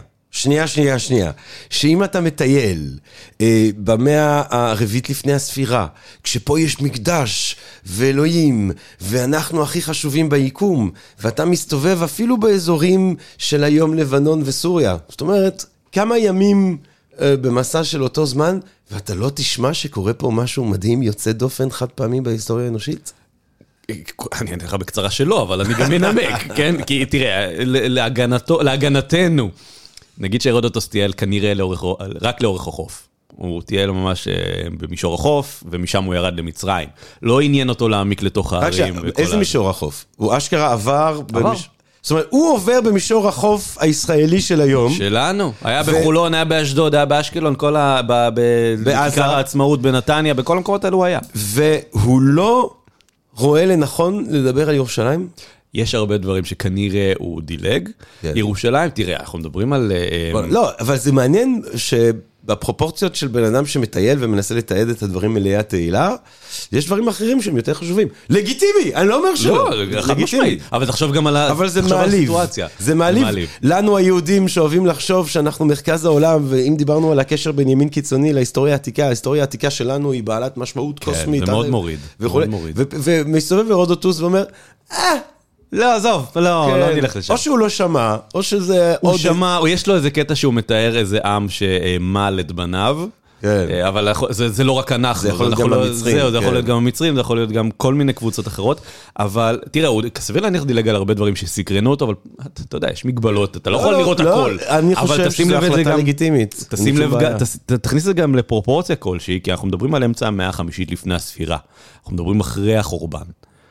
שאם אתה מטייל במאה הרביעית לפני הספירה, כשפה יש מקדש ואלוהים, ואנחנו הכי חשובים ביקום, ואתה מסתובב אפילו באזורים של היום לבנון וסוריה, זאת אומרת, כמה ימים במסע של אותו זמן, ואתה לא תשמע שקורה פה משהו מדהים, יוצא דופן חד פעמים בהיסטוריה האנושית? אני אענה לך בקצרה שלא, אבל אני גם מנמק, כן? כי תראה, להגנתנו, נגיד שהרודוטוס טייל כנראה רק לאורך החוף. הוא טייל ממש במישור החוף, ומשם הוא ירד למצרים. לא עניין אותו להעמיק לתוך הערים. איזה מישור החוף? הוא אשכרה עבר... זאת אומרת, הוא עובר במישור החוף הישראלי של היום. שלנו. היה בחולון, היה באשדוד, היה באשקלון, בכיכר העצמאות בנתניה, בכל המקומות האלו היה. והוא לא רואה לנכון לדבר על ירושלים? יש הרבה דברים שכנראה הוא דילג. ירושלים, תראה, אנחנו מדברים על... לא, אבל זה מעניין שבפרופורציות של בן אדם שמטייל ומנסה לתעד את הדברים מלאי התהילה, יש דברים אחרים שהם יותר חשובים. לגיטימי, אני לא אומר שלא. לא, חד משמעית. אבל תחשוב גם על הסיטואציה. זה מעליב. לנו היהודים שאוהבים לחשוב שאנחנו מרכז העולם, ואם דיברנו על הקשר בין ימין קיצוני להיסטוריה העתיקה, ההיסטוריה העתיקה שלנו היא בעלת משמעות קוסמית. זה מאוד מוריד. ומסתובב הרודוטוס ואומר, לא, עזוב, לא נלך לשם. או שהוא לא שמע, או שזה... הוא שמע, או יש לו איזה קטע שהוא מתאר איזה עם שמל את בניו, אבל זה לא רק אנחנו. זה יכול להיות גם המצרים. זה יכול להיות גם המצרים, זה יכול להיות גם כל מיני קבוצות אחרות, אבל תראה, הוא סביר להניח דילג על הרבה דברים שסקרנו אותו, אבל אתה יודע, יש מגבלות, אתה לא יכול לראות הכל. אני חושב שזו החלטה לגיטימית. תכניס את זה גם לפרופורציה כלשהי, כי אנחנו מדברים על אמצע המאה החמישית לפני הספירה. אנחנו מדברים אחרי החורבן.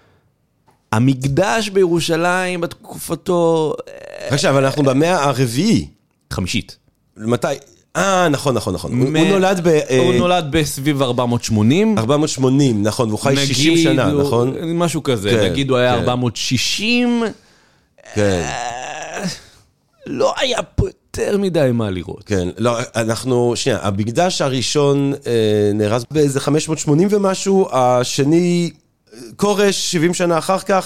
המקדש בירושלים בתקופתו... עכשיו, אבל אנחנו במאה הרביעי. חמישית. מתי? נכון. הוא נולד בסביב 480. 480, נכון, והוא חי 60 שנה, נכון? משהו כזה, נגיד הוא היה 460. כן. לא היה פה יותר מדי מה לראות. כן, לא, שנייה, המקדש הראשון נהרס באיזה 580 ומשהו, השני... קורש 70 שנה אחר כך,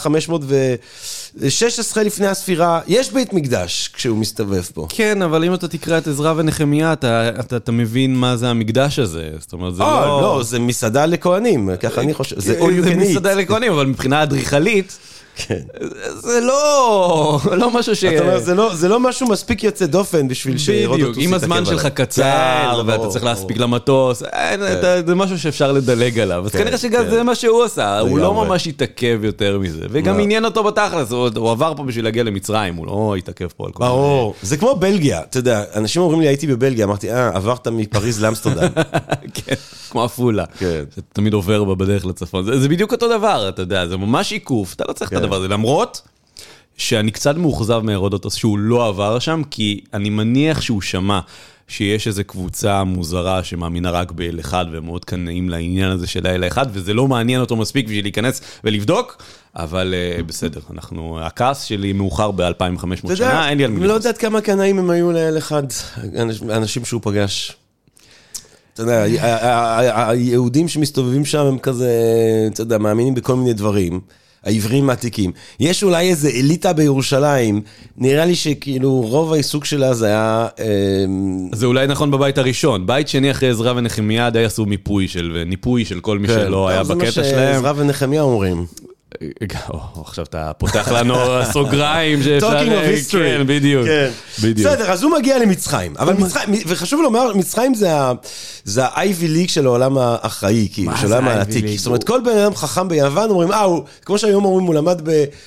516 לפני הספירה, יש בית מקדש כשהוא מסתובב פה. כן, אבל אם אתה תקרא את עזרא ונחמיה, אתה מבין מה זה המקדש הזה. זאת אומרת, זה לא... לא, זה מסעדה לכהנים, ככה אני חושב. זה מסעדה לכהנים, אבל מבחינה אדריכלית, זה לא משהו ש... אתה אומר, זה לא משהו מספיק יוצא דופן בשביל בדיוק, אם הזמן שלך קצר, ואתה צריך להספיק למטוס, זה משהו שאפשר לדלג עליו. אז כנראה שגם זה מה שהוא עושה, הוא לא ממש יתעכב יותר מזה. וגם עניין אותו בתכלס, הוא עבר פה בשביל להגיע למצרים, הוא לא יתעכב פה על כל מיני. ברור, זה כמו בלגיה, אתה יודע, אנשים אומרים לי, הייתי בבלגיה, אמרתי, עברת מפריז לאמסטרדם. כן, כמו אפולה. אתה תמיד עובר בדרך לצפון. זה בדיוק אותו דבר, אתה יודע, זה ממש עיקוף, אתה לא צריך את הדבר הזה, למרות שאני קצת מאוכזב מהרודוטוס שהוא לא עבר שם, כי אני מניח שהוא שמע שיש איזו קבוצה מוזרה שמאמינה רק באל אחד, ומאוד קנאים לעניין הזה של האל אחד, וזה לא מעניין אותו מספיק בשביל להיכנס ולבדוק, אבל בסדר, הכעס שלי מאוחר ב-2500 שנה, אין לי על מי. לא יודעת כמה קנאים הם היו לאל אחד, אנשים שהוא פגש. אתה יודע, היהודים שמסתובבים שם הם כזה, אתה יודע, מאמינים בכל מיני דברים. העברים העתיקים. יש אולי איזה אליטה בירושלים, נראה לי שכאילו רוב העיסוק שלה זה היה... זה אולי נכון בבית הראשון. בית שני אחרי עזרא ונחמיה די עשו ניפוי של כל מי שלא היה בקטע שלהם. זה מה שעזרא ונחמיה אומרים. עכשיו אתה פותח לנו סוגריים Talking of history. כן, בדיוק. בסדר, אז הוא מגיע למצרים. וחשוב לומר, מצרים זה ה-Ivy League של העולם האחראי, של העולם העתיק. זאת אומרת, כל בן אדם חכם ביוון אומרים, כמו שהיום אומרים, הוא למד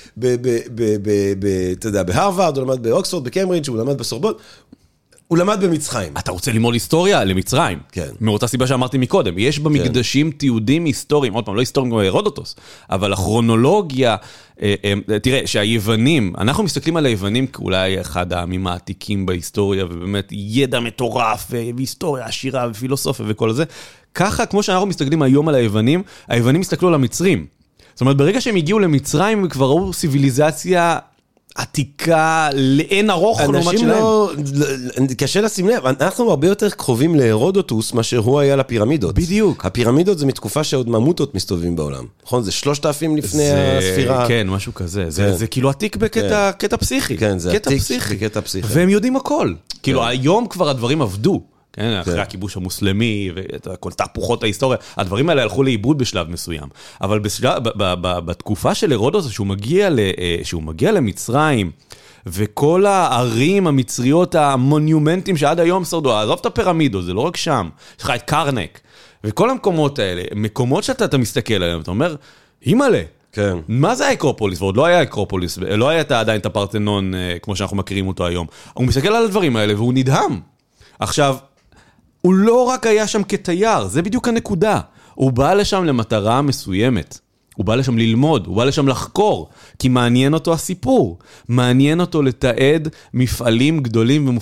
בהרווארד, הוא למד באוקספורד, בקיימברידג', הוא למד בסורבון. הוא למד במצרים. אתה רוצה ללמוד היסטוריה? למצרים. כן. מאותה סיבה שאמרתי מקודם. יש במקדשים תיעודים היסטוריים, עוד פעם, לא היסטוריים כמו הרודוטוס, אבל הכרונולוגיה, תראה, שהיוונים, אנחנו מסתכלים על היוונים כאולי אחד העמים העתיקים בהיסטוריה, ובאמת ידע מטורף, והיסטוריה עשירה, ופילוסופיה וכל זה. ככה, כמו שאנחנו מסתכלים היום על היוונים, היוונים מסתכלו על המצרים. זאת אומרת, ברגע שהם הגיעו למצרים, הם כבר ראו סיביליזציה עתיקה לאין ארוך לעומת שלהם. קשה לשים לב, אנחנו הרבה יותר קרובים להרודוטוס מאשר הוא היה לפירמידות. בדיוק. הפירמידות זה מתקופה שעוד ממוטות מסתובבים בעולם. נכון? זה 3,000 לפני הספירה. כן, משהו כזה. זה כאילו עתיק בקטע פסיכי. כן, זה עתיק בקטע פסיכי. והם יודעים הכל. כאילו היום כבר הדברים עבדו. כן, אחרי הכיבוש המוסלמי וכל תהפוכות ההיסטוריה, הדברים האלה הלכו לאיבוד בשלב מסוים. אבל בתקופה של הרודוס, שהוא מגיע למצרים, וכל הערים המצריות המונומנטים שעד היום שרדו, עזוב את הפירמידות, זה לא רק שם, יש לך את קרנק, וכל המקומות האלה, מקומות שאתה מסתכל עליהם, אתה אומר, הימאלה, כן. מה זה האקרופוליס? ועוד לא היה אקרופוליס, לא היה עדיין את הפרתנון כמו שאנחנו מכירים אותו היום. הוא מסתכל על הדברים האלה והוא נדהם. עכשיו, הוא לא רק היה שם כתייר, זה בדיוק הנקודה. הוא בא לשם למטרה מסוימת. הוא בא לשם ללמוד, הוא בא לשם לחקור, כי מעניין אותו הסיפור, מעניין אותו לתעד מפעלים גדולים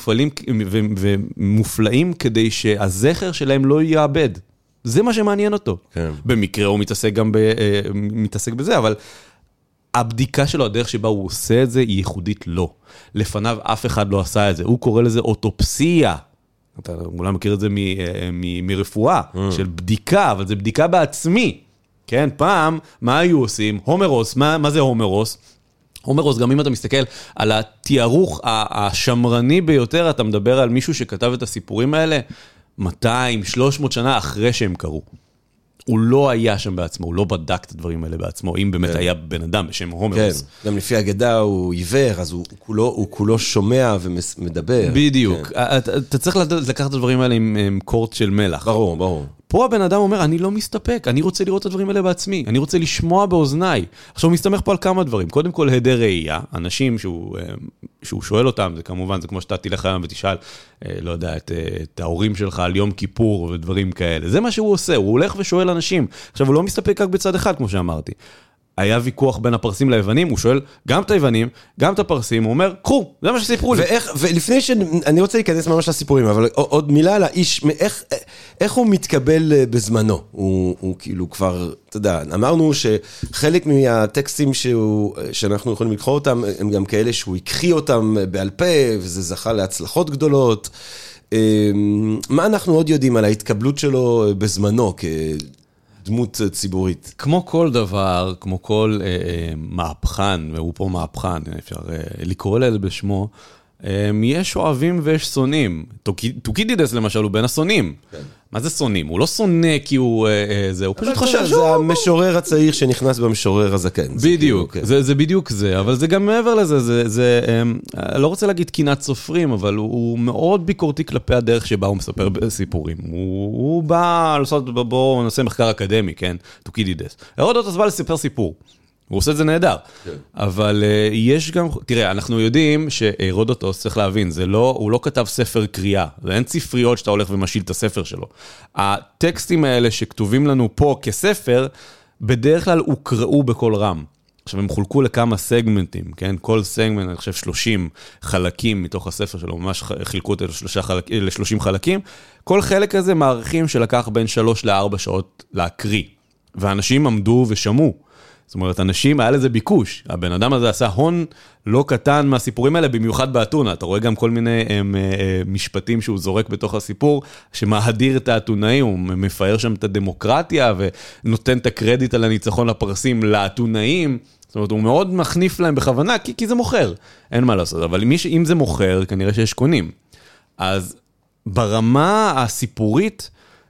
ומופלאים כדי שהזכר שלהם לא יאבד. זה מה שמעניין אותו. כן. במקרה הוא מתעסק בזה, אבל הבדיקה שלו, הדרך שבה הוא עושה את זה, היא ייחודית לא. לפניו אף אחד לא עשה את זה. הוא קורא לזה אוטופסיה. אתה אולי מכיר את זה מרפואה, של בדיקה, אבל זה בדיקה בעצמי. כן, פעם, מה היו עושים? הומרוס, מה זה הומרוס? הומרוס, גם אם אתה מסתכל על התיארוך השמרני ביותר, אתה מדבר על מישהו שכתב את הסיפורים האלה 200, 300 שנה אחרי שהם קרו. הוא לא היה שם בעצמו, הוא לא בדק את הדברים האלה בעצמו, אם באמת היה בן אדם בשם הומרוס. כן, גם לפי האגדה הוא עיוור, אז הוא כולו שומע ומדבר. בדיוק. אתה צריך לקחת את הדברים האלה עם קורט של מלח. ברור, ברור. פה הבן אדם אומר, אני לא מסתפק, אני רוצה לראות את הדברים האלה בעצמי, אני רוצה לשמוע באוזניי. עכשיו הוא מסתמך פה על כמה דברים. קודם כל, היעדר ראייה, אנשים שהוא שואל אותם, זה כמובן, זה כמו שאתה תלך היום ותשאל, לא יודע, את ההורים שלך על יום כיפור ודברים כאלה. זה מה שהוא עושה, הוא הולך ושואל אנשים. עכשיו הוא לא מסתפק רק בצד אחד, כמו שאמרתי. היה ויכוח בין הפרסים ליוונים, הוא שואל גם את היוונים, גם את הפרסים, הוא אומר, קחו, זה מה שסיפרו לי. ולפני שאני רוצה להיכנס ממש לסיפורים, אבל עוד מילה על האיש, איך הוא מתקבל בזמנו? הוא כאילו כבר, אתה יודע, אמרנו שחלק מהטקסטים שאנחנו יכולים לקרוא אותם, הם גם כאלה שהוא הקחי אותם בעל פה, וזה זכה להצלחות גדולות. מה אנחנו עוד יודעים על ההתקבלות שלו בזמנו, דמות ציבורית? כמו כל דבר, כמו כל מהפכן, והוא פה מהפכן, אפשר לקרוא לזה בשמו, יש אוהבים ויש שונאים. טוקידידס למשל הוא בין השונאים. מה זה שונאים? הוא לא שונא כי הוא פשוט חושב שהוא... זה המשורר הצעיר שנכנס במשורר הזקן. בדיוק, זה בדיוק זה, אבל זה גם מעבר לזה, לא רוצה להגיד קינת סופרים, אבל הוא מאוד ביקורתי כלפי הדרך שבה הוא מספר סיפורים. הוא בא לעשות, בואו נעשה מחקר אקדמי, כן? טוקידידס. הרודוטוס בא לספר סיפור. הוא עושה את זה נהדר, אבל יש גם, תראה, אנחנו יודעים שהרודוטוס, צריך להבין, הוא לא כתב ספר קריאה, זה אין ספריות שאתה הולך ומשיל את הספר שלו. הטקסטים האלה שכתובים לנו פה כספר, בדרך כלל הוקראו בכל רם. עכשיו הם חולקו לכמה סגמנטים, כן? כל סגמנט, אני חושב 30 חלקים מתוך הספר שלו, ממש חילקו אותו ל-30 חלקים. כל חלק הזה מערכים שלקח בין 3 ל-4 שעות להקריא, ואנשים עמדו ושמעו. זאת אומרת, אנשים, היה לזה ביקוש. הבן אדם הזה עשה הון לא קטן מהסיפורים האלה, במיוחד באתונה. אתה רואה גם כל מיני משפטים שהוא זורק בתוך הסיפור, שמהדיר את האתונאי, הוא מפאר שם את הדמוקרטיה, ונותן את הקרדיט על הניצחון לפרסים לאתונאים. זאת אומרת, הוא מאוד מכניף להם בכוונה, כי זה מוכר. אין מה לעשות. אבל אם זה מוכר, כנראה שיש קונים. אז ברמה הסיפורית,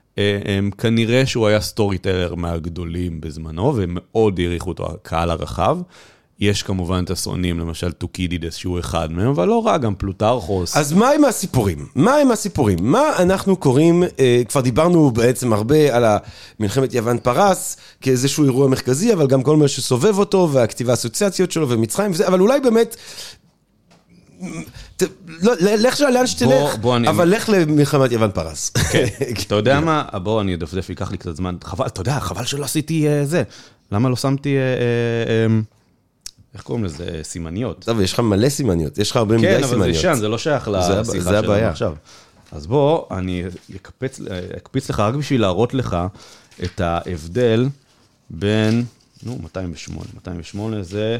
כנראה שהוא היה סטורי טיילר מהגדולים בזמנו, ומאוד העריכו אותו הקהל הרחב. יש כמובן את השונאים, למשל טוקידידס, שהוא אחד מהם, אבל לא רע, גם פלוטרכוס. אז מה עם הסיפורים? מה אנחנו קוראים, כבר דיברנו בעצם הרבה על מלחמת יוון פרס, כאיזשהו אירוע מרכזי, אבל גם כל מה שסובב אותו, והכתיבה האסוציאציות שלו, ומצרים וזה, אבל אולי באמת... לך לאן שתלך, אבל לך למלחמת יוון פרס. אתה יודע מה? בוא, אני אדפדף, ייקח לי קצת זמן. אתה יודע, חבל שלא עשיתי זה. למה לא שמתי, איך קוראים לזה? סימניות. טוב, יש לך מלא סימניות. יש לך הרבה מדי סימניות. כן, אבל זה שם, זה לא שייך לשיחה שלנו עכשיו. אז בוא, אני אקפיץ לך רק בשביל להראות לך את ההבדל בין, 208. 208 זה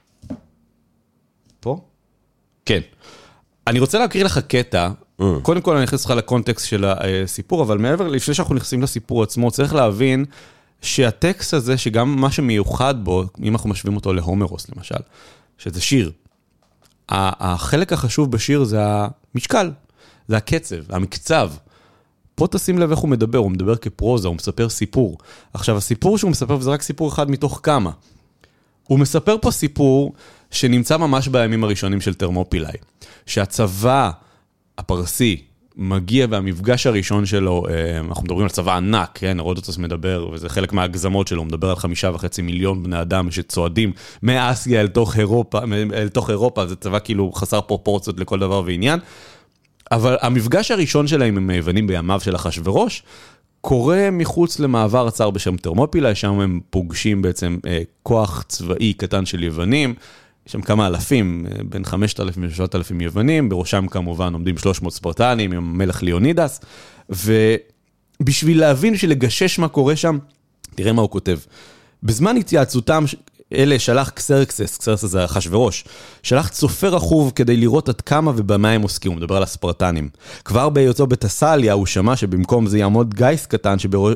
פה? כן. אני רוצה להקריא לך קטע, קודם כל אני נכנס לך לקונטקסט של הסיפור, אבל מעבר, לפני שאנחנו נכנסים לסיפור עצמו, צריך להבין שהטקסט הזה, שגם מה שמיוחד בו, אם אנחנו משווים אותו להומרוס למשל, שזה שיר, החלק החשוב בשיר זה המשקל, זה הקצב, המקצב. פה תשים לב איך הוא מדבר כפרוזה, הוא מספר סיפור. עכשיו הסיפור שהוא מספר, וזה רק סיפור אחד מתוך כמה. הוא מספר פה סיפור שנמצא ממש בימים הראשונים של תרמופילאי, שהצבא הפרסי מגיע והמפגש הראשון שלו, אנחנו מדברים על צבא ענק, כן, הרודוטוס מדבר, וזה חלק מההגזמות שלו, הוא מדבר על 5.5 מיליון בני אדם שצועדים מאסיה אל תוך אירופה, זה צבא כאילו חסר פרופורציות לכל דבר ועניין, אבל המפגש הראשון שלהם עם היוונים בימיו של אחשוורוש, קורה מחוץ למעבר הצר בשם תרמופילה, שם הם פוגשים בעצם כוח צבאי קטן של יוונים, יש שם כמה אלפים, בין 5,000 ו-7,000 יוונים, בראשם כמובן עומדים 300 ספרטנים עם המלך ליאונידס, ובשביל להבין שלגשש מה קורה שם, תראה מה הוא כותב. בזמן התייעצותם אלה שלח קסרקסס זה אחשוורוש, שלח צופר רכוב כדי לראות עד כמה ובמה הם עוסקים, הוא מדבר על הספרטנים. כבר בהיותו בתסליה הוא שמע שבמקום זה יעמוד גייס קטן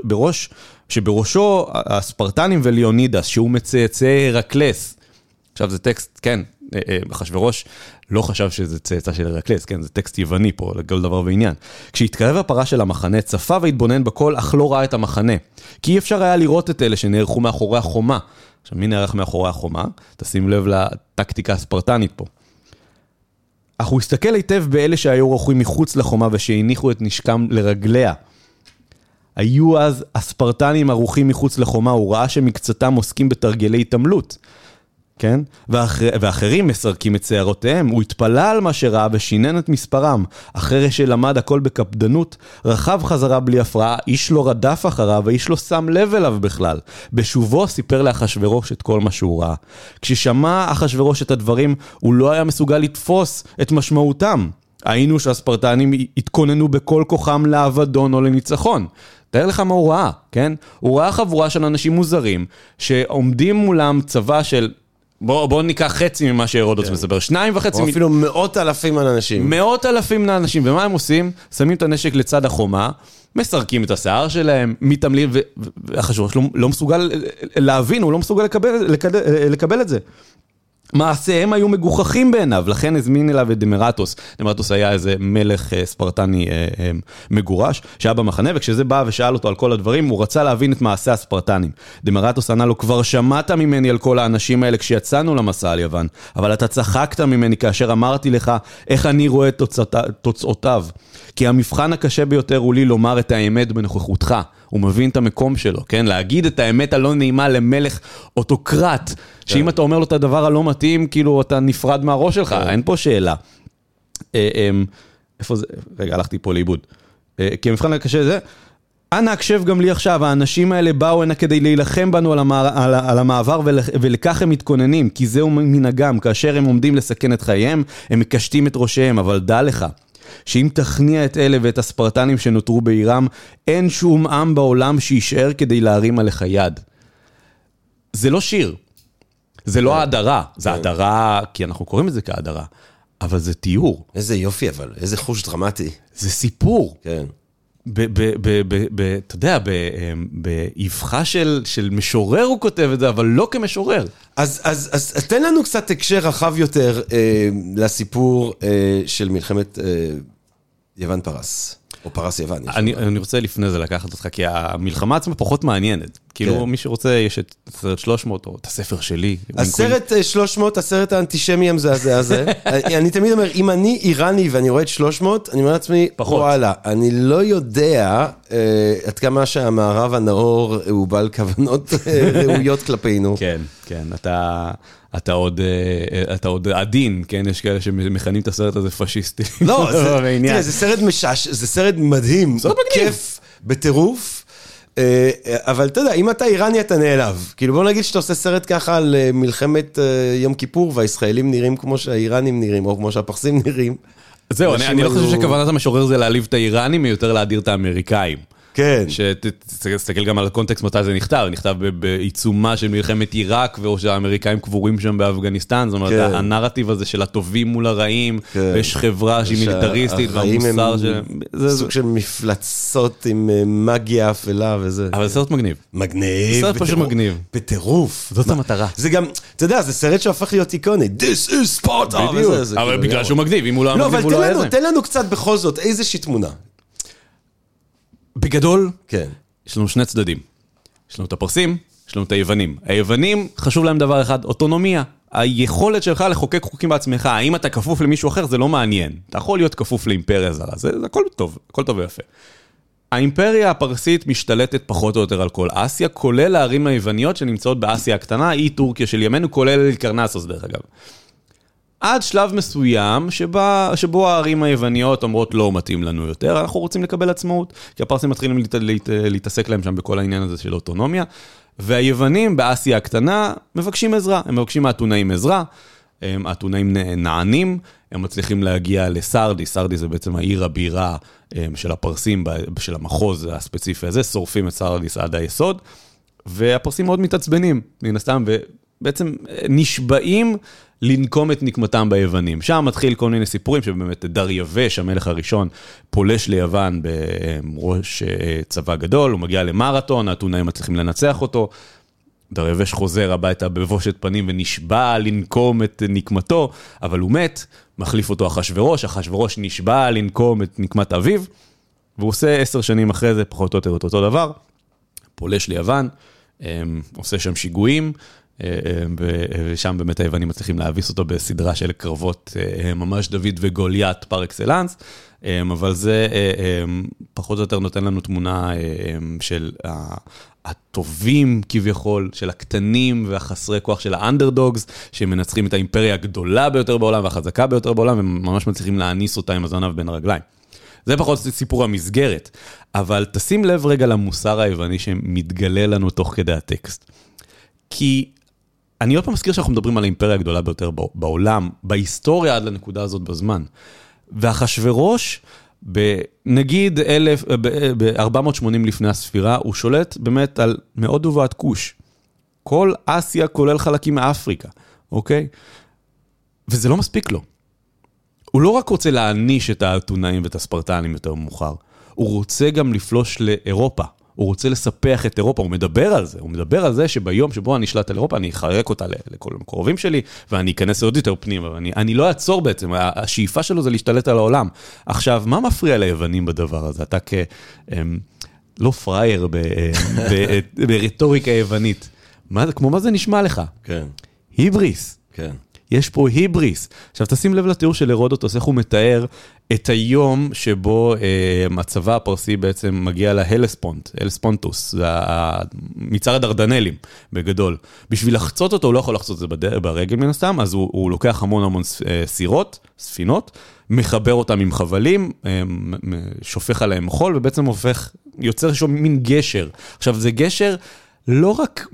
שבראשו הספרטנים וליאונידס, שהוא מצאצא הרקלס. עכשיו זה טקסט, כן, אחשוורוש לא חשב שזה צאצא של הרקלס, כן, זה טקסט יווני פה, לכל דבר ועניין. כשהתקרב הפרה של המחנה, צפה והתבונן בכל, אך לא ראה את המחנה. כי אי אפשר היה לראות את אלה שנערכו מאחורי החומה. עכשיו, מי נערך מאחורי החומה? תשים לב לטקטיקה הספרטנית פה. אך הוא הסתכל היטב באלה שהיו רוחים מחוץ לחומה ושהניחו את נשקם לרגליה. היו אז הספרטנים ערוכים מחוץ לחומה, הוא ראה שמקצתם עוסקים בתרגלי התעמלות. כן? ואחרים מסרקים את שערותיהם, הוא התפלה על מה שראה ושינן את מספרם, אחרי שלמד הכל בקפדנות, רחב חזרה בלי הפרעה, איש לא רדף אחריו, ואיש לא שם לב אליו בכלל. בשובו סיפר לאחשוורוש את כל מה שהוא ראה. כששמע אחשוורוש את הדברים, הוא לא היה מסוגל לתפוס את משמעותם. היינו שהספרטנים התכוננו בכל כוחם לאבדון או לניצחון. תאר לך מה הוא ראה, כן? הוא ראה חבורה של אנשים מוזרים, שעומדים מולם צבא של בואו ניקח חצי ממה שהרודוס מסבר, 2.5 או אפילו 100,000 אנשים. 100,000 אנשים, ומה הם עושים? שמים את הנשק לצד החומה, מסרקים את השיער שלהם, מתעמלים, והחשבוש לא מסוגל להבין, הוא לא מסוגל לקבל את זה. מעשיהם היו מגוחכים בעיניו, לכן הזמין אליו את דמרטוס. דמרטוס היה איזה מלך ספרטני מגורש, שהיה במחנה, וכשזה בא ושאל אותו על כל הדברים, הוא רצה להבין את מעשה הספרטנים. דמרטוס ענה לו, כבר שמעת ממני על כל האנשים האלה כשיצאנו למסע על יוון, אבל אתה צחקת ממני כאשר אמרתי לך איך אני רואה את תוצאותיו. כי המבחן הקשה ביותר הוא לי לומר את האמת בנוכחותך. הוא מבין את המקום שלו, כן? להגיד את האמת הלא נעימה למלך אוטוקרט, שאם אתה אומר לו את הדבר הלא מתאים, כאילו אתה נפרד מהראש שלך, אין פה שאלה. איפה זה? רגע, הלכתי פה לאיבוד. כי המבחן הקשה זה, אנא הקשב גם לי עכשיו, האנשים האלה באו הנה כדי להילחם בנו על המעבר, ולכך הם מתכוננים, כי זהו מנהגם, כאשר הם עומדים לסכן את חייהם, הם מקשטים את ראשיהם, אבל דע לך, שאם תכניע את אלה ואת הספרטנים שנותרו בעירם, אין שום עם בעולם שישאר כדי להרים עליך יד. זה לא שיר. זה לא ההדרה. זה ההדרה, כי אנחנו קוראים את זה כהדרה. אבל זה תיאור. איזה יופי אבל, איזה חוש דרמטי. זה סיפור. כן. אתה יודע, באבחה של משורר הוא כותב את זה, אבל לא כמשורר. אז תן לנו קצת הקשר רחב יותר לסיפור של מלחמת יוון פרס, או פרס יוון. אני רוצה לפני זה לקחת אותך, כי המלחמה עצמה פחות מעניינת. כאילו מי שרוצה, יש את הסרט 300, או את הספר שלי. הסרט 300, הסרט האנטישמי המזעזע הזה. אני תמיד אומר, אם אני איראני ואני רואה את 300, אני אומר לעצמי, וואלה, אני לא יודע עד כמה שהמערב הנאור הוא בעל כוונות ראויות כלפינו. כן, כן, אתה עוד עדין, כן? יש כאלה שמכנים את הסרט הזה פשיסטי. לא, תראה, זה סרט משש, זה סרט מדהים, כיף, בטירוף. אבל אתה יודע, אם אתה איראני אתה נעלב. כאילו בוא נגיד שאתה עושה סרט ככה על מלחמת יום כיפור, והישראלים נראים כמו שהאיראנים נראים, או כמו שהפרסים נראים. זהו, אני לא חושב שכוונת המשורר זה להעליב את האיראנים, יותר להדיר את האמריקאים. כן. שתסתכל גם על הקונטקסט מתי זה נכתב, נכתב בעיצומה של מלחמת עיראק, או שהאמריקאים קבורים שם באפגניסטן, זאת אומרת, הנרטיב הזה של הטובים מול הרעים, ויש חברה שהיא מיליטריסטית, והמוסר שלהם. סוג של מפלצות עם מגיה אפלה וזה. אבל זה סרט מגניב. מגניב. סרט פשוט מגניב. בטירוף. זאת המטרה. זה גם, אתה יודע, זה סרט שהופך להיות איקוני. This is Sparta. אבל בגלל שהוא מגניב, אם הוא לא מגניב, הוא לא היה זה. תן לנו קצת בכל זאת, איזושהי תמונה. בגדול, כן. יש לנו שני צדדים. יש לנו את הפרסים, יש לנו את היוונים. היוונים, חשוב להם דבר אחד, אוטונומיה. היכולת שלך לחוקק חוקים בעצמך, האם אתה כפוף למישהו אחר, זה לא מעניין. אתה יכול להיות כפוף לאימפריה זרה, זה הכל טוב, הכל טוב ויפה. האימפריה הפרסית משתלטת פחות או יותר על כל אסיה, כולל הערים היווניות שנמצאות באסיה הקטנה, היא טורקיה של ימינו, כולל קרנסוס דרך אגב. עד שלב מסוים שבו הערים היווניות אומרות לא מתאים לנו יותר, אנחנו רוצים לקבל עצמאות, כי הפרסים מתחילים להתעסק להם שם בכל העניין הזה של אוטונומיה, והיוונים באסיה הקטנה מבקשים עזרה, הם מבקשים מהאתונאים עזרה, האתונאים נענים, הם מצליחים להגיע לסרדיס, סרדיס זה בעצם העיר הבירה של הפרסים, של המחוז הספציפי הזה, שורפים את סרדיס עד היסוד, והפרסים מאוד מתעצבנים, מן הסתם, ובעצם נשבעים לנקום את נקמתם ביוונים. שם מתחיל כל מיני סיפורים, שבאמת דריווש, המלך הראשון, פולש ליוון בראש צבא גדול, הוא מגיע למרתון, האתונאים מצליחים לנצח אותו, דריווש חוזר הביתה בבושת פנים ונשבע לנקום את נקמתו, אבל הוא מת, מחליף אותו אחשוורוש, אחשוורוש נשבע לנקום את נקמת אביו, והוא עושה 10 שנים אחרי זה, פחות או יותר אותו דבר, פולש ליוון, עושה שם שיגועים, ושם באמת היוונים מצליחים להביס אותו בסדרה של קרבות, ממש דוד וגוליית פר אקסלנס, אבל זה פחות או יותר נותן לנו תמונה של הטובים כביכול, של הקטנים והחסרי כוח של האנדרדוגס, שמנצחים את האימפריה הגדולה ביותר בעולם והחזקה ביותר בעולם, וממש מצליחים להניס אותה עם הזנב בין הרגליים. זה פחות סיפור המסגרת, אבל תשים לב רגע למוסר היווני שמתגלה לנו תוך כדי הטקסט. כי אני עוד פעם מזכיר שאנחנו מדברים על האימפריה הגדולה ביותר בעולם, בהיסטוריה עד לנקודה הזאת בזמן. ואחשוורוש, נגיד ב-480 לפני הספירה, הוא שולט באמת על מהודו ועד כוש. כל אסיה כולל חלקים מאפריקה, אוקיי? וזה לא מספיק לו. הוא לא רק רוצה להעניש את האתונאים ואת הספרטנים יותר מאוחר, הוא רוצה גם לפלוש לאירופה. הוא רוצה לספח את אירופה, הוא מדבר על זה. הוא מדבר על זה שביום שבו אני אשלט על אירופה, אני אחרק אותה לכל המקורבים שלי, ואני אכנס עוד יותר פנימה, ואני לא אעצור בעצם. השאיפה שלו זה להשתלט על העולם. עכשיו, מה מפריע ליוונים בדבר הזה? אתה לא פרייר ברטוריקה יוונית. כמו מה זה נשמע לך? כן. היבריס. כן. יש פה היבריס. עכשיו, תשים לב לתיאור של הרודוטוס, איך הוא מתאר את היום שבו הצבא הפרסי בעצם מגיע להלספונט, הלספונטוס, זה מצער הדרדנלים בגדול. בשביל לחצות אותו, הוא לא יכול לחצות את זה ברגל מן הסתם, אז הוא לוקח המון סירות, ספינות, מחבר אותם עם חבלים, שופך עליהם חול, ובעצם יוצר מין גשר. עכשיו, זה גשר לא רק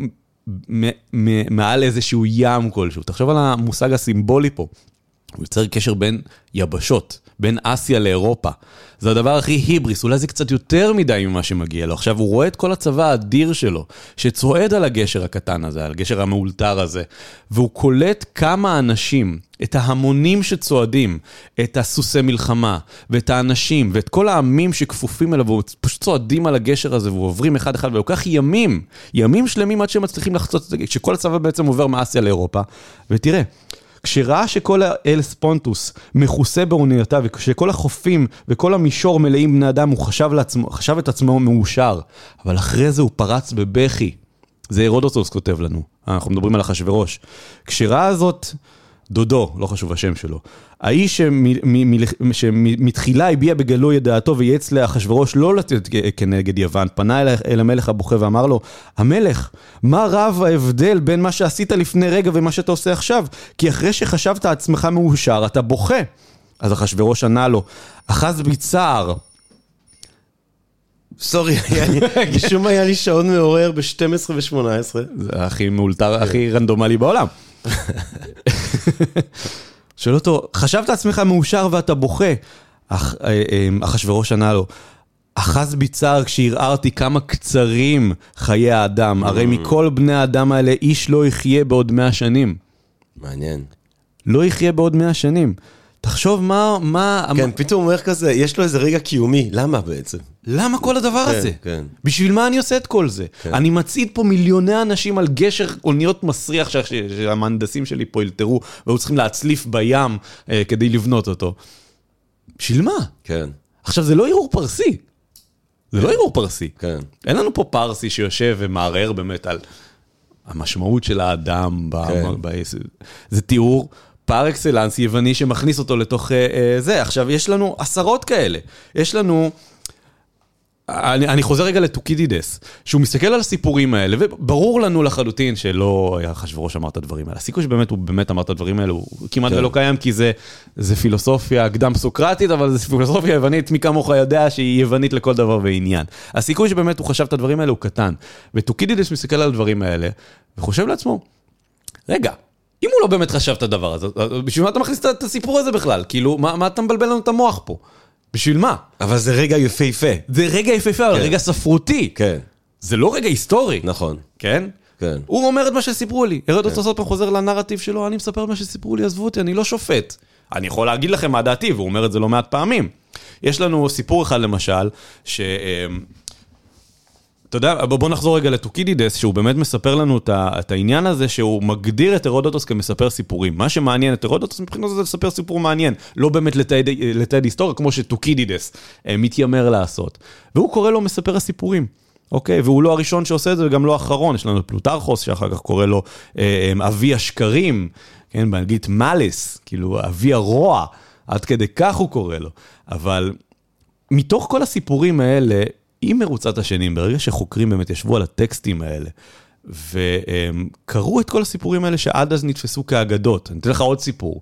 מעל איזשהו ים כלשהו. תחשוב על המושג הסימבולי פה. הוא יוצר קשר בין יבשות, בין אסיה לאירופה. זה הדבר הכי היבריס, אולי זה קצת יותר מדי ממה שמגיע לו. עכשיו הוא רואה את כל הצבא האדיר שלו, שצועד על הגשר הקטן הזה, על הגשר המאולתר הזה, והוא קולט כמה אנשים, את ההמונים שצועדים, את הסוסי מלחמה, ואת האנשים, ואת כל העמים שכפופים אליו, והוא פשוט צועדים על הגשר הזה, והוא עוברים אחד אחד, ולוקח ימים שלמים עד שהם מצליחים לחצות את זה, כשכל הצבא בעצם עובר מאסיה לאירופה, ותראה, כשראה שכל האלספונטוס מכוסה באוניותיו, וכשכל החופים וכל המישור מלאים בני אדם, הוא חשב את עצמו מאושר, אבל אחרי זה הוא פרץ בבכי. זה הרודוטוס כותב לנו, אנחנו מדברים על אחשוורוש. כשראה זאת, דודו, לא חשוב השם שלו, האיש שמתחילה הביע בגלוי את דעתו וייעץ לאחשוורוש לא לתת כנגד יוון, פנה אל המלך הבוכה ואמר לו, המלך, מה רב ההבדל בין מה שעשית לפני רגע ומה שאתה עושה עכשיו? כי אחרי שחשבת עצמך מאושר, אתה בוכה. אז אחשוורוש ענה לו, אחז בי צער. סורי, משום היה לי שעון מעורר ב-12 ו-18. זה הכי מאולתר, הכי רנדומלי בעולם. שואל אותו, חשבת עצמך מאושר ואתה בוכה. אחשוורוש ענה לו, אחז בי צער כשהרערתי כמה קצרים חיי האדם, הרי מכל בני האדם האלה איש לא יחיה בעוד 100 שנים. מעניין. לא יחיה בעוד 100 שנים. תחשוב מה... כן, פתאום אומר כזה, יש לו איזה רגע קיומי, למה בעצם? למה כל הדבר הזה? כן. בשביל מה אני עושה את כל זה? אני מצעיד פה מיליוני אנשים על גשר אוניות מסריח שהמהנדסים שלי פה ילתרו, והיו צריכים להצליף בים כדי לבנות אותו. בשביל מה? כן. עכשיו, זה לא ערעור פרסי. זה לא ערעור פרסי. כן. אין לנו פה פרסי שיושב ומערער באמת על המשמעות של האדם. זה תיאור פר אקסלנס יווני שמכניס אותו לתוך זה. עכשיו, יש לנו עשרות כאלה. יש לנו אני חוזר רגע לטוקידידס, שהוא מסתכל על הסיפורים האלה, וברור לנו לחלוטין שלא אחשוורוש אמר את הדברים האלה. הסיכוי שבאמת הוא באמת אמר את הדברים האלה, הוא כמעט ולא קיים, כי זה פילוסופיה קדם סוקרטית, אבל זה פילוסופיה יוונית, מי כמוך יודע שהיא יוונית לכל דבר ועניין. הסיכוי שבאמת הוא חשב את הדברים האלה הוא קטן. וטוקידידס מסתכל על הדברים האלה, וחושב לעצמו, רגע, אם הוא לא באמת חשב את הדבר הזה, בשביל מה אתה מכניס את הסיפור הזה בכלל? כאילו, מה אתה מבלבל לנו את המוח פה? בשביל מה? אבל זה רגע יפהפה. זה רגע יפהפה, אבל רגע ספרותי. כן. זה לא רגע היסטורי. נכון. כן? כן. הוא אומר את מה שסיפרו לי. הרודוטוס עוד פעם חוזר לנרטיב שלו, אני מספר את מה שסיפרו לי, עזבו אותי, אני לא שופט. אני יכול להגיד לכם מה דעתי, והוא אומר את זה לא מעט פעמים. יש לנו סיפור אחד למשל, אתה יודע, בוא נחזור רגע לטוקידידס, שהוא באמת מספר לנו את העניין הזה, שהוא מגדיר את הרודוטוס כמספר סיפורים. מה שמעניין את הרודוטוס מבחינת זה לספר סיפור מעניין, לא באמת לתעד היסטוריה, כמו שטוקידידס מתיימר לעשות. והוא קורא לו מספר הסיפורים. אוקיי? והוא לא הראשון שעושה את זה, וגם לא האחרון. יש לנו פלוטרכוס, שאחר כך קורא לו אבי השקרים, כן? באנגלית מאליס, כאילו אבי הרוע, עד כדי כך הוא קורא לו. אבל מתוך כל הסיפורים האלה, עם מרוצת השנים, ברגע שחוקרים באמת ישבו על הטקסטים האלה, וקראו את כל הסיפורים האלה שעד אז נתפסו כאגדות. אני אתן לך עוד סיפור,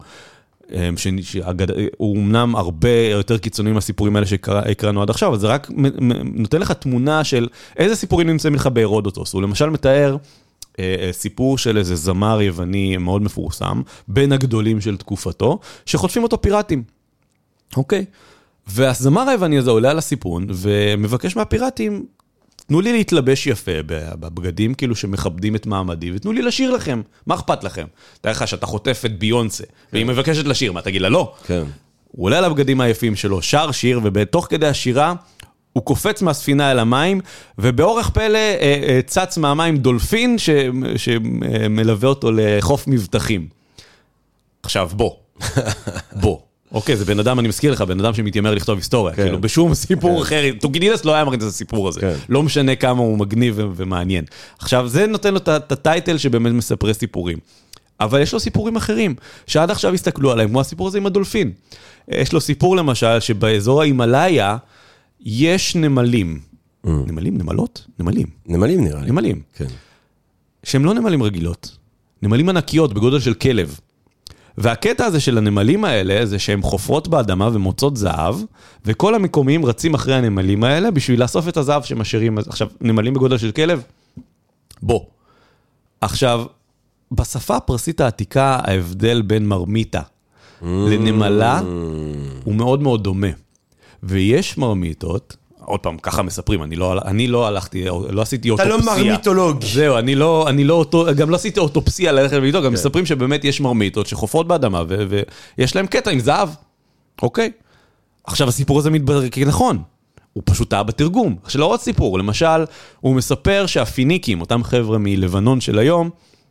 הוא אמנם הרבה יותר קיצוני מהסיפורים האלה שהקראנו עד עכשיו, אבל זה רק נותן לך תמונה של איזה סיפורים נמצאים לך בהרודוטוס. הוא למשל מתאר סיפור של איזה זמר יווני מאוד מפורסם, בין הגדולים של תקופתו, שחוטפים אותו פיראטים. אוקיי? והזמר היווני הזה עולה על הסיפון, ומבקש מהפיראטים, תנו לי להתלבש יפה בבגדים כאילו שמכבדים את מעמדי, ותנו לי לשיר לכם, מה אכפת לכם? תאר לך שאתה חוטף את ביונסה, והיא מבקשת לשיר, מה תגיד לה? לא. כן. הוא עולה על הבגדים היפים שלו, שר שיר, ובתוך כדי השירה, הוא קופץ מהספינה אל המים, ובאורך פלא צץ מהמים דולפין, שמלווה אותו לחוף מבטחים. עכשיו, בוא. אוקיי, זה בן אדם, אני מזכיר לך, בן אדם שמתיימר לכתוב היסטוריה, כאילו בשום סיפור אחר, טוקידידס לא היה מרגיש את הסיפור הזה, לא משנה כמה הוא מגניב ומעניין. עכשיו, זה נותן לו את הטייטל שבאמת מספרי סיפורים. אבל יש לו סיפורים אחרים, שעד עכשיו הסתכלו עליהם, כמו הסיפור הזה עם הדולפין. יש לו סיפור למשל, שבאזור ההימאליה, יש נמלים. נמלים? נמלות? נמלים. נמלים נראה לי. נמלים. כן. שהם לא נמלים רגילות. נמלים ענקיות בגודל של כלב. והקטע הזה של הנמלים האלה, זה שהן חופרות באדמה ומוצאות זהב, וכל המקומיים רצים אחרי הנמלים האלה, בשביל לאסוף את הזהב שמשאירים. עכשיו, נמלים בגודל של כלב? בוא. עכשיו, בשפה הפרסית העתיקה, ההבדל בין מרמיתה לנמלה, הוא מאוד מאוד דומה. ויש מרמיתות, עוד פעם, ככה מספרים, אני לא הלכתי, לא עשיתי אוטופסיה. אתה לא מרמיתולוג. זהו, גם לא עשיתי אוטופסיה ללכת ולבדוק, גם מספרים שבאמת יש מרמיתות שחופרות באדמה, ויש להם קטע עם זהב. אוקיי? עכשיו הסיפור הזה מתברר כנכון. הוא פשוט טעה בתרגום. עכשיו לא עוד סיפור, למשל, הוא מספר שהפיניקים, אותם חבר'ה מלבנון של היום,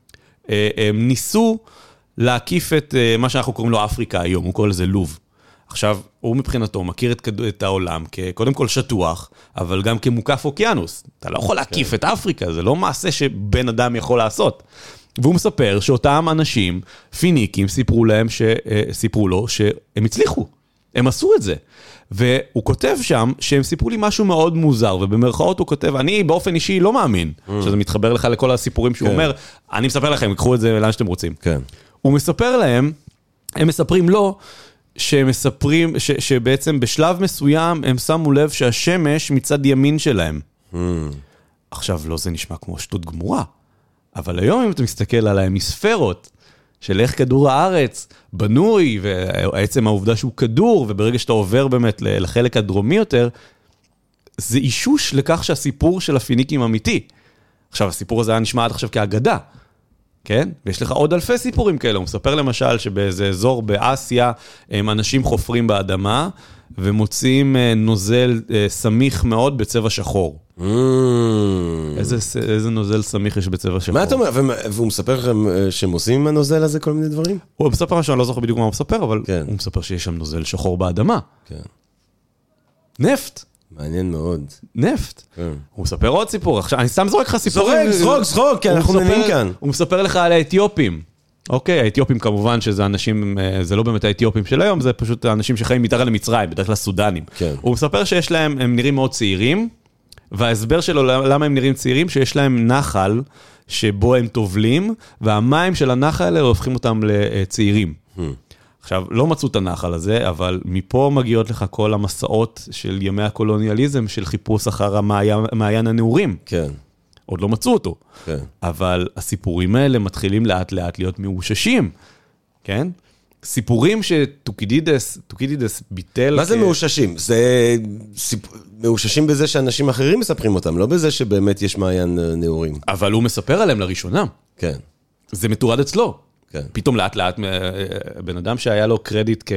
הם ניסו להקיף את מה שאנחנו קוראים לו אפריקה היום, הוא קורא לזה לוב. עכשיו, הוא מבחינתו מכיר את העולם כקודם כל שטוח, אבל גם כמוקף אוקיינוס. אתה לא יכול להקיף את אפריקה, זה לא מעשה שבן אדם יכול לעשות. והוא מספר שאותם אנשים, פיניקים, סיפרו לו שהם הצליחו. הם עשו את זה. והוא כותב שם שהם סיפרו לי משהו מאוד מוזר, ובמרכאות הוא כותב, אני באופן אישי לא מאמין, שזה מתחבר לך לכל הסיפורים שהוא אומר, אני מספר לכם, קחו את זה לאן שאתם רוצים. הוא מספר להם, הם מספרים לו, שהם מספרים, שבעצם בשלב מסוים הם שמו לב שהשמש מצד ימין שלהם. עכשיו לא זה נשמע כמו שטות גמורה, אבל היום אם אתה מסתכל על ההמיספרות, של איך כדור הארץ בנוי, ובעצם העובדה שהוא כדור, וברגע שאתה עובר באמת לחלק הדרומי יותר, זה אישוש לכך שהסיפור של הפיניקים אמיתי. עכשיו הסיפור הזה היה נשמע עד עכשיו כאגדה, כן? ויש לך עוד אלפי סיפורים כאלה. הוא מספר למשל שבאיזה אזור באסיה, אנשים חופרים באדמה, ומוצאים נוזל סמיך מאוד בצבע שחור. איזה נוזל סמיך יש בצבע שחור? מה אתה אומר? והוא מספר לכם שהם עושים עם הנוזל הזה כל מיני דברים? הוא מספר משהו, אני לא זוכר בדיוק מה הוא מספר, אבל הוא מספר שיש שם נוזל שחור באדמה. נפט. מעניין מאוד. נפט. הוא מספר עוד סיפור. עכשיו, אני סתם זורק לך סיפורים. זרוק, כי אנחנו נהנים כאן. הוא מספר לך על האתיופים. אוקיי, האתיופים כמובן שזה אנשים, זה לא באמת האתיופים של היום, זה פשוט האנשים שחיים מתחת למצרים, בדרך כלל סודנים. הוא מספר שיש להם, הם נראים מאוד צעירים, וההסבר שלו למה הם נראים צעירים, שיש להם נחל שבו הם טובלים, והמים של הנחל האלה הופכים אותם לצעירים. עכשיו, לא מצאו את הנחל הזה, אבל מפה מגיעות לך כל המסעות של ימי הקולוניאליזם, של חיפוש אחר מעיין הנעורים. כן. עוד לא מצאו אותו. כן. אבל הסיפורים האלה מתחילים לאט לאט להיות מאוששים. כן? סיפורים שטוקידידס ביטל... מה זה מאוששים? זה מאוששים בזה שאנשים אחרים מספרים אותם, לא בזה שבאמת יש מעיין נעורים. אבל הוא מספר עליהם לראשונה. כן. זה מתועד אצלו. כן. פתאום לאט לאט, בן אדם שהיה לו קרדיט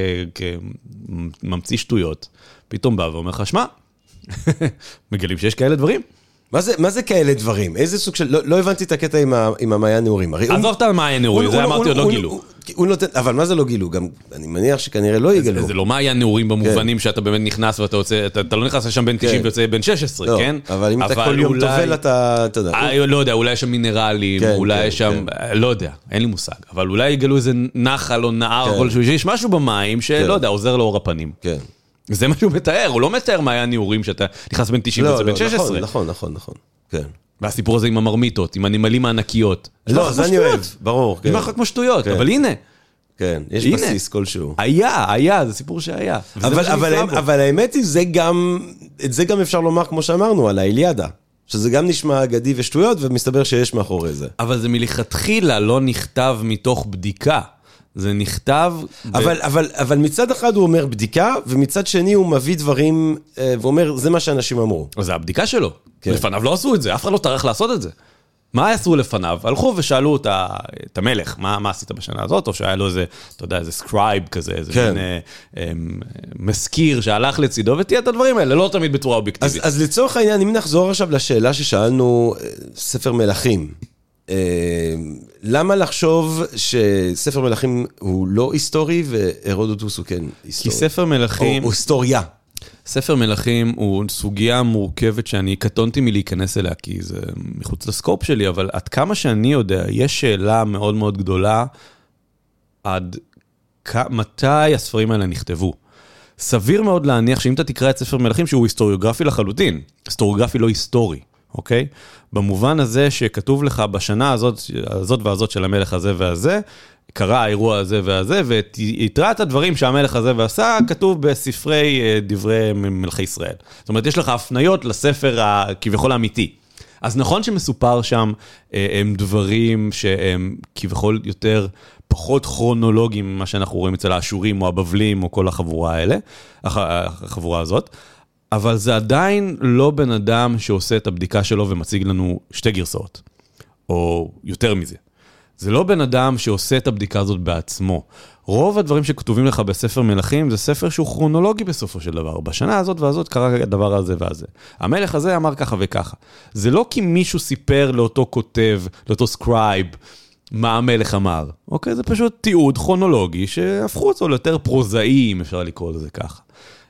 כממציא שטויות, פתאום בא ואומר לך, שמע, מגלים שיש כאלה דברים. מה זה כאלה דברים? איזה סוג של... לא הבנתי את הקטע עם המעיין נעורים. עזוב את המעיין נעורים, זה אמרתי עוד לא גילו. אבל מה זה לא גילו? גם אני מניח שכנראה לא יגלו. זה לא מעיין נעורים במובנים שאתה באמת נכנס ואתה יוצא, אתה לא נכנס לשם בין 90 ויוצא בין 16, כן? אבל אם אתה כל יום טובל, אתה יודע. לא יודע, אולי יש שם מינרלים, אולי יש שם, לא יודע, אין לי מושג. אבל אולי יגלו איזה נחל או נהר כלשהו, שיש משהו במים שלא יודע, עוזר לאור הפנים. כן. זה מה שהוא מתאר, הוא לא מתאר מעיין נעורים שאתה נכנס בין 90 ויוצא בין 16. נכון. כן. והסיפור הזה עם המרמיתות, עם הנמלים הענקיות. לא, זה אני אוהב, ברור. נשמע לך כמו שטויות, אבל הנה. כן, יש בסיס כלשהו. היה, זה סיפור שהיה. אבל האמת היא, את זה גם אפשר לומר, כמו שאמרנו, על האיליאדה. שזה גם נשמע אגדי ושטויות, ומסתבר שיש מאחורי זה. אבל זה מלכתחילה לא נכתב מתוך בדיקה. זה נכתב... אבל מצד אחד הוא אומר בדיקה, ומצד שני הוא מביא דברים, ואומר, זה מה שאנשים אמרו. אז זה הבדיקה שלו. לפניו לא עשו את זה, אף אחד לא טרח לעשות את זה. מה עשו לפניו? הלכו ושאלו את המלך, מה עשית בשנה הזאת? או שהיה לו איזה, אתה יודע, איזה סקרייב כזה, איזה מזכיר שהלך לצידו, ותהיה את הדברים האלה, לא תמיד בצורה אובייקטיבית. אז לצורך העניין, אם נחזור עכשיו לשאלה ששאלנו, ספר מלכים, למה לחשוב שספר מלכים הוא לא היסטורי, והרודוטוס הוא כן היסטורי? כי ספר מלכים... או היסטוריה. ספר מלכים הוא סוגיה מורכבת שאני קטונתי מלהיכנס אליה, כי זה מחוץ לסקופ שלי, אבל עד כמה שאני יודע, יש שאלה מאוד מאוד גדולה, עד מתי הספרים האלה נכתבו. סביר מאוד להניח שאם אתה תקרא את ספר מלכים, שהוא היסטוריוגרפי לחלוטין, היסטוריוגרפי לא היסטורי, אוקיי? במובן הזה שכתוב לך בשנה הזאת והזאת של המלך הזה והזה, קרה האירוע הזה והזה, ויתרה את הדברים שהמלך הזה ועשה, כתוב בספרי דברי מלכי ישראל. זאת אומרת, יש לך הפניות לספר כביכול האמיתי. אז נכון שמסופר שם הם דברים שהם כביכול יותר פחות כרונולוגיים ממה שאנחנו רואים אצל האשורים או הבבלים או כל החבורה האלה, החבורה הזאת, אבל זה עדיין לא בן אדם שעושה את הבדיקה שלו ומציג לנו שתי גרסאות, או יותר מזה. זה לא בן אדם שעושה את הבדיקה הזאת בעצמו. רוב הדברים שכתובים לך בספר מלכים, זה ספר שהוא כרונולוגי בסופו של דבר. בשנה הזאת והזאת קרה הדבר הזה והזה. המלך הזה אמר ככה וככה. זה לא כי מישהו סיפר לאותו כותב, לאותו סקרייב, מה המלך אמר. אוקיי? זה פשוט תיעוד כרונולוגי, שהפכו אותו ליותר פרוזאי, אם אפשר לקרוא לזה ככה.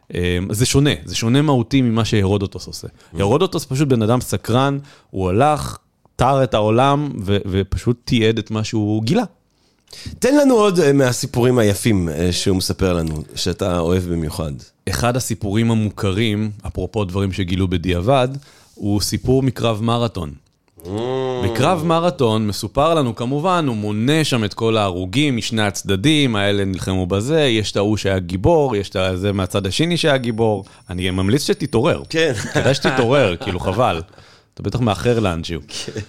זה שונה מהותי ממה שהרודוטוס עושה. הרודוטוס פשוט בן אדם סקרן, הוא הלך, תר את העולם, ופשוט תיעד את מה שהוא גילה. תן לנו עוד מהסיפורים היפים שהוא מספר לנו, שאתה אוהב במיוחד. אחד הסיפורים המוכרים, אפרופו דברים שגילו בדיעבד, הוא סיפור מקרב מרתון. בקרב מרתון מסופר לנו כמובן, הוא מונה שם את כל ההרוגים משני הצדדים, האלה נלחמו בזה, יש את ההוא שהיה גיבור, יש את זה מהצד השני שהיה גיבור, אני ממליץ שתתעורר. כן. כדאי שתתעורר, כאילו חבל. אתה בטח מאחר לאנשהו. כן.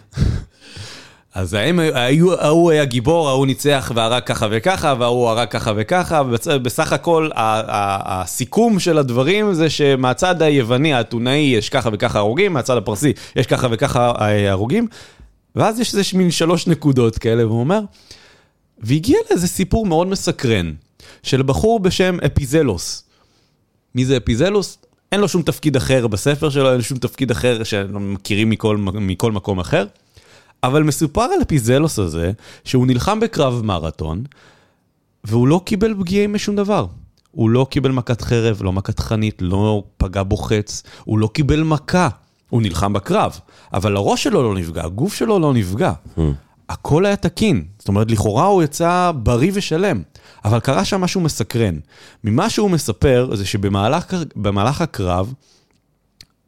אז ההוא היה גיבור, ההוא ניצח והרג ככה וככה, וההוא הרג ככה וככה, בסך הכל הסיכום של הדברים זה שמהצד היווני, האתונאי, יש ככה וככה הרוגים, מהצד הפרסי יש ככה וככה הרוגים, ואז יש איזה מין 3 נקודות כאלה, והוא אומר, והגיע לאיזה סיפור מאוד מסקרן, של בחור בשם אפיזלוס. מי זה אפיזלוס? אין לו שום תפקיד אחר בספר שלו, אין לו שום תפקיד אחר שמכירים מכל מקום אחר, אבל מסופר על אפיזלוס הזה, שהוא נלחם בקרב מרתון, והוא לא קיבל פגיעים משום דבר. הוא לא קיבל מכת חרב, לא מכת חנית, לא פגע בו חץ, הוא לא קיבל מכה. הוא נלחם בקרב, אבל הראש שלו לא נפגע, הגוף שלו לא נפגע. הכל היה תקין. זאת אומרת, לכאורה הוא יצא בריא ושלם. אבל קרה שם משהו מסקרן. ממה שהוא מספר, זה שבמהלך הקרב,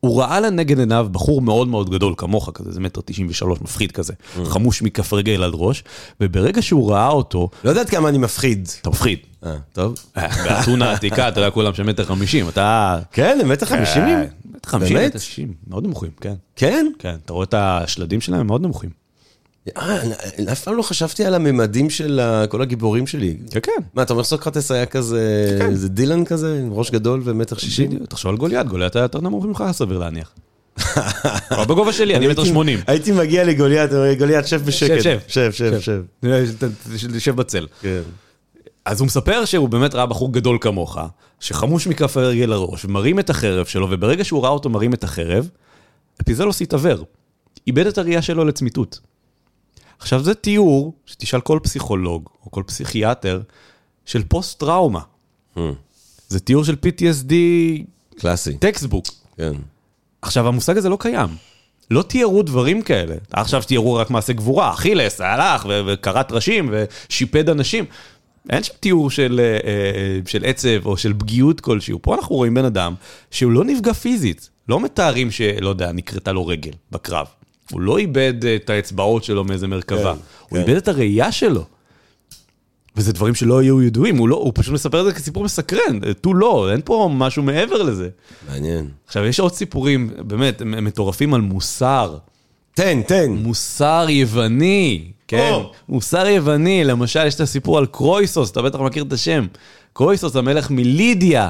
הוא ראה לנגד עיניו בחור מאוד מאוד גדול, כמוך כזה, זה 1.93 מפחיד כזה, חמוש מכף רגל עד ראש, וברגע שהוא ראה אותו... לא יודעת כמה אני מפחיד. אתה מפחיד. טוב. באתונה העתיקה, אתה יודע כולם של 1.50 אתה... כן, 1.50 1.50 1.60 מאוד נמוכים, כן. כן? כן, אתה רואה את השלדים שלהם, הם מאוד נמוכים. אף פעם לא חשבתי על הממדים של כל הגיבורים שלי. כן, כן. מה, אתה אומר סוקרטס היה כזה, זה דילן כזה, עם ראש גדול ו1.60? תחשוב על גוליית, גוליית היה יותר נמוך ממך, סביר להניח. אבל בגובה שלי, אני 1.80 הייתי מגיע לגוליית, גוליית שב בשקט. שב. שב. שב בצל. אז הוא מספר שהוא באמת ראה בחור גדול כמוך, שחמוש מכף הרגל לראש, ומרים את החרב שלו, וברגע שהוא ראה אותו מרים את החרב, אפיזלוס התעוור. איבד את הראייה שלו לצמיתות. עכשיו זה תיאור, שתשאל כל פסיכולוג, או כל פסיכיאטר, של פוסט-טראומה. זה תיאור של PTSD... קלאסי. טקסטבוק. כן. עכשיו, המושג הזה לא קיים. לא תיארו דברים כאלה. עכשיו תיארו רק מעשה גבורה, אכילס, הלך, וקראת ראשים, ושיפד אנשים. אין שם תיאור של עצב, או של פגיעות כלשהו. פה אנחנו רואים בן אדם, שהוא לא נפגע פיזית. לא מתארים שלא יודע, נקרתה לו רגל בקרב. הוא לא איבד את האצבעות שלו מאיזה מרכבה. הוא איבד את הראייה שלו. וזה דברים שלא היו ידועים. הוא פשוט מספר את זה כסיפור מסקרן. לא, אין פה משהו מעבר לזה. מעניין. עכשיו, יש עוד סיפורים, באמת, מטורפים על מוסר. תן. מוסר יווני. כן, מוסר יווני. למשל, יש את הסיפור על קרויסוס, אתה בטח מכיר את השם. קרויסוס, המלך מלידיה,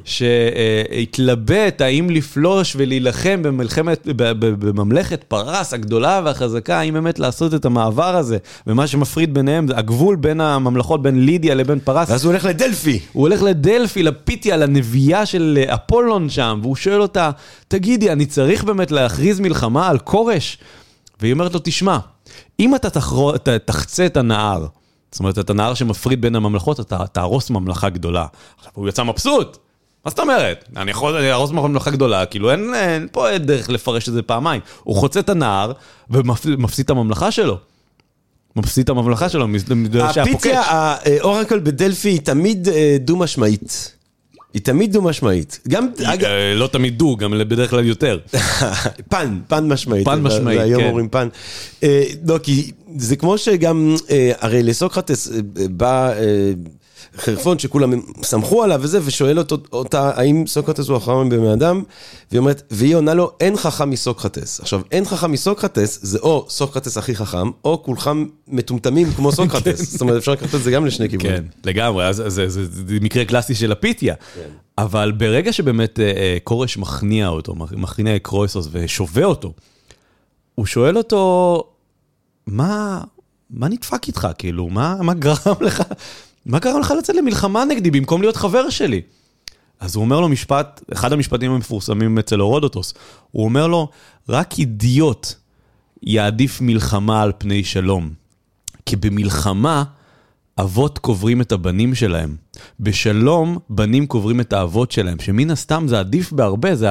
שהתלבט האם לפלוש ולהילחם בממלכת פרס הגדולה והחזקה, האם באמת לעשות את המעבר הזה, ומה שמפריד ביניהם, הגבול בין הממלכות, בין לידיה לבין פרס. ואז הוא הולך לדלפי. הוא הולך לדלפי, לפיתיה, לנביאה של אפולון שם, והוא שואל אותה, תגידי, אני צריך באמת להכריז מלחמה על קורש? והיא אומרת לו, תשמע, אם אתה תחצה את הנהר, זאת אומרת, את הנהר שמפריד בין הממלכות, אתה תהרוס ממלכה גדולה. עכשיו, הוא יצא מבסוט. מה זאת אומרת? אני יכול להרוס ממלכה גדולה, כאילו אין פה דרך לפרש את זה פעמיים. הוא חוצה את הנהר ומפסיד את הממלכה שלו. מפסיד את הממלכה שלו, הפיציה, האורקל בדלפי היא תמיד דו-משמעית. היא תמיד דו-משמעית. לא תמיד דו, גם בדרך כלל יותר. פן משמעית. פן משמעית, כן. היום אומרים פן. לא, כי זה כמו שגם, הרי לסוקרטס בא חרפון שכולם סמכו עליו וזה, ושואל אותה, האם סוקרטס הוא החכם מבני אדם? והיא אומרת, והיא עונה לו, אין חכם מסוקרטס. עכשיו, אין חכם מסוקרטס, זה או סוקרטס הכי חכם, או כולכם מטומטמים כמו סוקרטס. זאת אומרת, אפשר לקחת את זה גם לשני כיוונים. כן, לגמרי, אז זה מקרה קלאסי של הפיתיה. אבל ברגע שבאמת קורש מכניע אותו, מכניע את קרויסוס ושווה אותו, הוא שואל אותו, מה נדפק איתך? כאילו, מה גרם לך? מה גרם לך לצאת למלחמה נגדי במקום להיות חבר שלי? אז הוא אומר לו משפט, אחד המשפטים המפורסמים אצל הרודוטוס, הוא אומר לו, רק אידיוט יעדיף מלחמה על פני שלום. כי במלחמה, אבות קוברים את הבנים שלהם. בשלום, בנים קוברים את האבות שלהם, שמן הסתם זה עדיף בהרבה, זה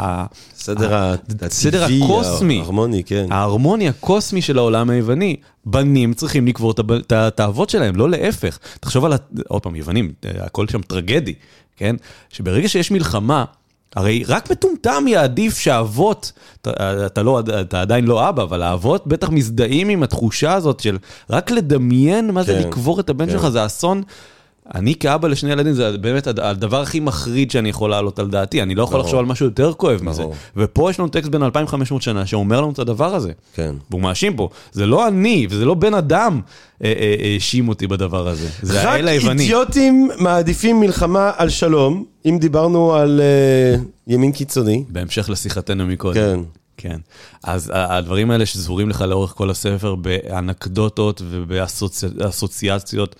הסדר הקוסמי. ההרמוני, כן. ההרמוני הקוסמי של העולם היווני. בנים צריכים לקבור את האבות שלהם, לא להפך. תחשוב על, עוד פעם, יוונים, הכל שם טרגדי, כן? שברגע שיש מלחמה, הרי רק מטומטם יעדיף שהאבות, אתה עדיין לא אבא, אבל האבות בטח מזדהים עם התחושה הזאת של רק לדמיין מה זה לקבור את הבן שלך, זה אסון. אני כאבא לשני ילדים, זה באמת הדבר הכי מחריד שאני יכול לעלות על דעתי, אני לא יכול לחשוב על משהו יותר כואב מזה. ופה יש לנו טקסט בין 2500 שנה שאומר לנו את הדבר הזה. והוא מאשים פה, זה לא אני, וזה לא בן אדם האשים אותי בדבר הזה. זה האל היווני. רק אידיוטים מעדיפים מלחמה על שלום, אם דיברנו על ימין קיצוני. בהמשך לשיחתנו מקודם. כן. כן. אז הדברים האלה שזורים לך לאורך כל הספר, באנקדוטות ובאסוציאציות,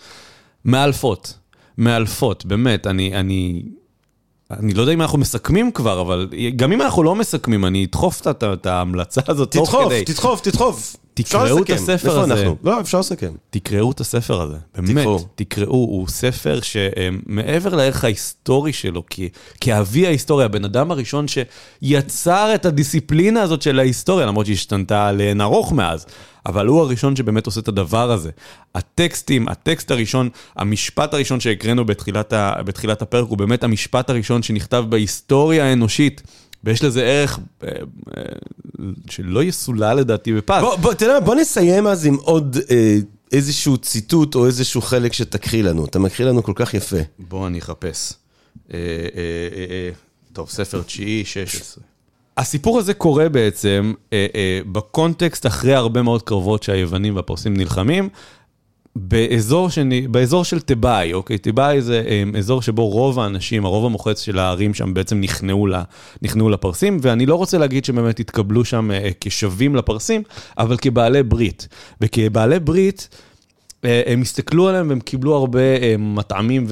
מאלפות, באמת, אני לא יודע אם אנחנו מסכמים כבר, אבל גם אם אנחנו לא מסכמים, אני אדחוף את ההמלצה הזאת תוך כדי. תדחוף. תקראו את הספר הזה. לא, אפשר לסכם. תקראו את הספר הזה, באמת, תקראו, הוא ספר שמעבר לערך ההיסטורי שלו, כאבי ההיסטוריה, הבן אדם הראשון שיצר את הדיסציפלינה הזאת של ההיסטוריה, למרות שהשתנתה לאין ארוך מאז, אבל הוא הראשון שבאמת עושה את הדבר הזה. הטקסט הראשון, המשפט הראשון שהקראנו בתחילת הפרק, הוא באמת המשפט הראשון שנכתב בהיסטוריה האנושית, ויש לזה ערך שלא יסולה לדעתי בפס. בוא נסיים אז עם עוד איזשהו ציטוט או איזשהו חלק שתקריא לנו. אתה מקריא לנו כל כך יפה. בוא אני אחפש. טוב, ספר 9-16. הסיפור הזה קורה בעצם בקונטקסט אחרי הרבה מאוד קרבות שהיוונים והפרסים נלחמים, באזור של טבעי, אוקיי? טבעי זה אזור שבו רוב האנשים, הרוב המוחץ של הערים שם בעצם נכנעו לפרסים, ואני לא רוצה להגיד שבאמת התקבלו שם כשווים לפרסים, אבל כבעלי ברית. וכבעלי ברית, הם הסתכלו עליהם והם קיבלו הרבה מטעמים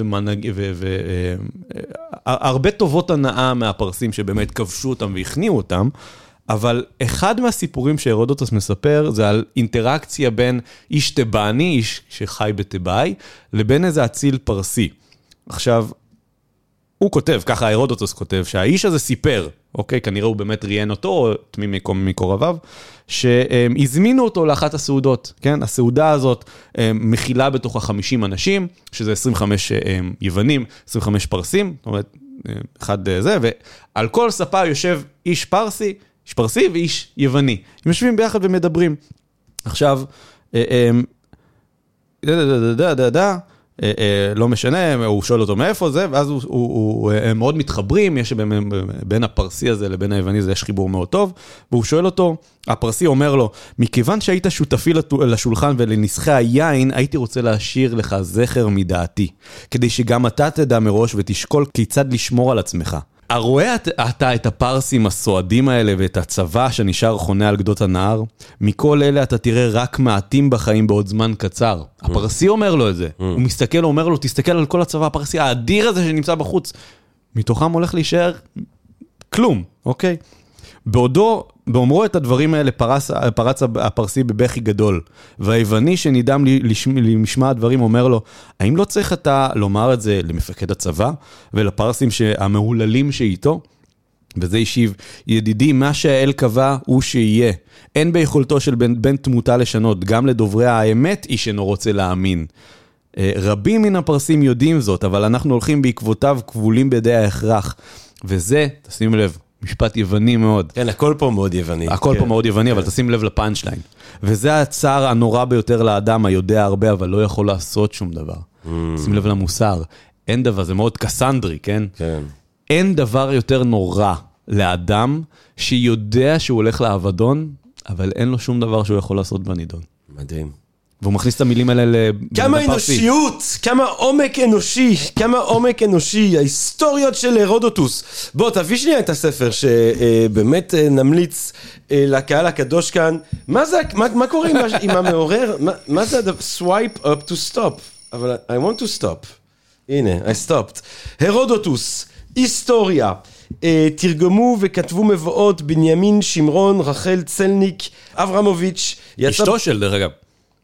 והרבה טובות הנאה מהפרסים שבאמת כבשו אותם והכניעו אותם, אבל אחד מהסיפורים שהרודוטוס מספר זה על אינטראקציה בין איש טבעני, איש שחי בטבעי, לבין איזה אציל פרסי. עכשיו, הוא כותב, ככה הרודוטוס כותב, שהאיש הזה סיפר, אוקיי, כנראה הוא באמת ראיין אותו, או תמי מקורביו, שהזמינו אותו לאחת הסעודות, כן? הסעודה הזאת מכילה בתוכה 50 אנשים, שזה 25 יוונים, 25 פרסים, זאת אומרת, אחד זה, ועל כל ספה יושב איש פרסי ואיש יווני. הם יושבים ביחד ומדברים. עכשיו, לא משנה, הוא שואל אותו מאיפה זה, ואז הם מאוד מתחברים, יש בין הפרסי הזה לבין היווני הזה, יש חיבור מאוד טוב, והוא שואל אותו, הפרסי אומר לו, מכיוון שהיית שותפי לשולחן ולנסחי היין, הייתי רוצה להשאיר לך זכר מדעתי, כדי שגם אתה תדע מראש ותשקול כיצד לשמור על עצמך. הרואה אתה את הפרסים הסועדים האלה ואת הצבא שנשאר חונה על גדות הנהר? מכל אלה אתה תראה רק מעטים בחיים בעוד זמן קצר. הפרסי אומר לו את זה. הוא מסתכל, אומר לו, תסתכל על כל הצבא הפרסי האדיר הזה שנמצא בחוץ. מתוכם הולך להישאר כלום, אוקיי? באומרו את הדברים האלה פרץ הפרסי בבכי גדול, והיווני שנדהם למשמע הדברים אומר לו, האם לא צריך אתה לומר את זה למפקד הצבא ולפרסים המהוללים שאיתו? וזה השיב, ידידי, מה שהאל קבע הוא שיהיה. אין ביכולתו של בן תמותה לשנות, גם לדוברי האמת איש אינו רוצה להאמין. רבים מן הפרסים יודעים זאת, אבל אנחנו הולכים בעקבותיו כבולים בידי ההכרח. וזה, תשימו לב, משפט יווני מאוד. כן, הכל פה מאוד יווני. הכל פה מאוד יווני, אבל תשים לב לפאנצ'ליין. וזה הצער הנורא ביותר לאדם, היודע הרבה, אבל לא יכול לעשות שום דבר. שים לב למוסר. אין דבר, זה מאוד קסנדרי, כן? כן. אין דבר יותר נורא לאדם שיודע שהוא הולך לאבדון, אבל אין לו שום דבר שהוא יכול לעשות בנידון. מדהים. והוא מכניס את המילים האלה לפרסי. כמה אנושיות, כמה עומק אנושי, ההיסטוריות של הרודוטוס. בוא, תביא שנייה את הספר שבאמת נמליץ לקהל הקדוש כאן. מה קורה עם המעורר? מה זה swipe up to stop? אבל I want to stop. הנה, I stopped. הרודוטוס, היסטוריה. תרגמו וכתבו מבואות בנימין שמרון, רחל צלניק, אברמוביץ'. אשתו של דרך אגב.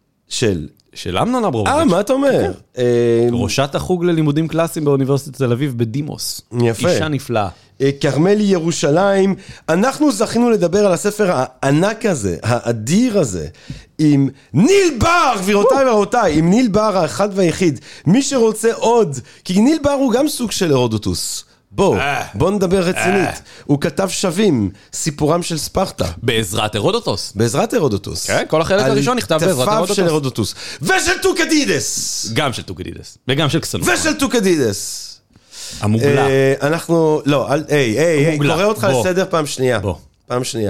של אמנון אברמוביץ'. מה אתה אומר? ראשת החוג ללימודים קלאסיים באוניברסיטת תל אביב בדימוס. יפה. אישה נפלאה. קרמלי ירושלים. אנחנו זכינו לדבר על הספר הענק הזה, האדיר הזה, עם ניל בר, גבירותיי ורבותיי, עם ניל בר האחד והיחיד. מי שרוצה עוד, כי ניל בר הוא גם סוג של הרודוטוס. בוא נדבר רצינית. הוא כתב שווים, סיפורם של ספרטה. בעזרת הרודוטוס. בעזרת הרודוטוס. כן, כל החלק הראשון נכתב בעזרת הרודוטוס. של הרודוטוס. ושל טוקדידס. גם של טוקדידס. וגם של קסנופון. ושל טוקדידס. המוגלה. אנחנו, לא, היי, קורא אותך לסדר פעם שנייה.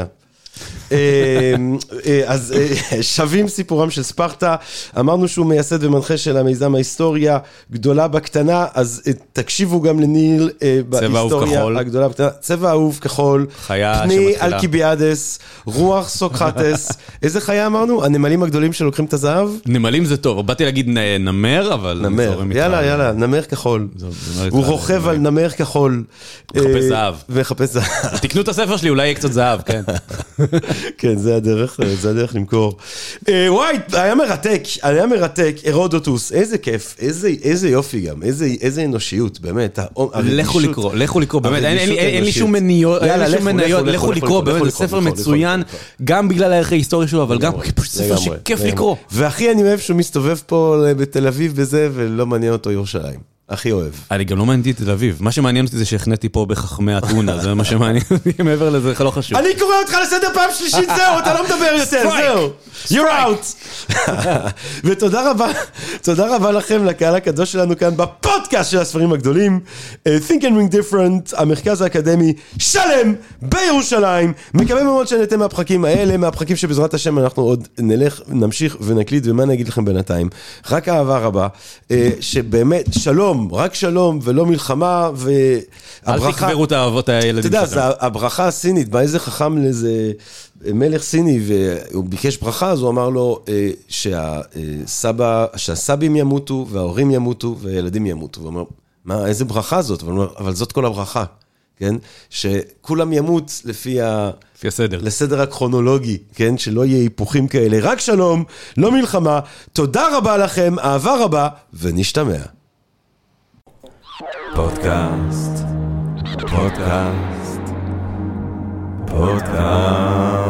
אז שווים סיפורם של ספרטה, אמרנו שהוא מייסד ומנחה של המיזם ההיסטוריה גדולה בקטנה, אז תקשיבו גם לניל בהיסטוריה הגדולה בקטנה, צבע אהוב כחול, פני אלקיביאדס, רוח סוקרטס, איזה חיה אמרנו? הנמלים הגדולים שלוקחים את הזהב? נמלים זה טוב, באתי להגיד נמר, אבל... נמר, יאללה, נמר כחול, הוא רוכב על נמר כחול, מחפש זהב. וחפש זהב. תקנו את הספר שלי, אולי יהיה קצת זהב, כן. כן, זה הדרך למכור. וואי, היה מרתק, הרודוטוס, איזה כיף, איזה יופי גם, איזה אנושיות, באמת. לכו לקרוא, באמת, אין לי שום מניות, לכו לקרוא, באמת, זה ספר מצוין, גם בגלל הערך ההיסטורי שלו, אבל גם פשוט ספר שכיף לקרוא. והכי אני אוהב שהוא מסתובב פה בתל אביב בזה, ולא מעניין אותו ירושלים. הכי אוהב. אני גם לא מעניין את תל אביב. מה שמעניין אותי זה שהכנתי פה בחכמי אתונה, זה מה שמעניין אותי, מעבר לזה, זה לא חשוב. אני קורא אותך לסדר פעם שלישית, זהו, אתה לא מדבר יותר, זהו. You're out. ותודה רבה לכם, לקהל הקדוש שלנו כאן, בפודקאסט של הספרים הגדולים, Think and Ring Different, המרכז האקדמי שלם בירושלים. מקווה מאוד שנהנתם מהפרקים האלה, מהפרקים שבעזרת השם אנחנו עוד נמשיך ונקליט, ומה נגיד לכם בינתיים? רק אהבה רבה, שבאמת שלום, רק שלום ולא מלחמה, אל תקברו את האהבות הילדים שלכם. אתה יודע, זה הברכה הסינית, בא איזה חכם לאיזה מלך סיני, והוא ביקש ברכה, אז הוא אמר לו שהסבים ימותו, וההורים ימותו, והילדים ימותו. הוא אומר, מה, איזה ברכה זאת? אבל זאת כל הברכה, כן? שכולם ימות לפי הסדר. לסדר הכרונולוגי, כן? שלא יהיה היפוכים כאלה. רק שלום, לא מלחמה. תודה רבה לכם, אהבה רבה, ונשתמע. פודקאסט.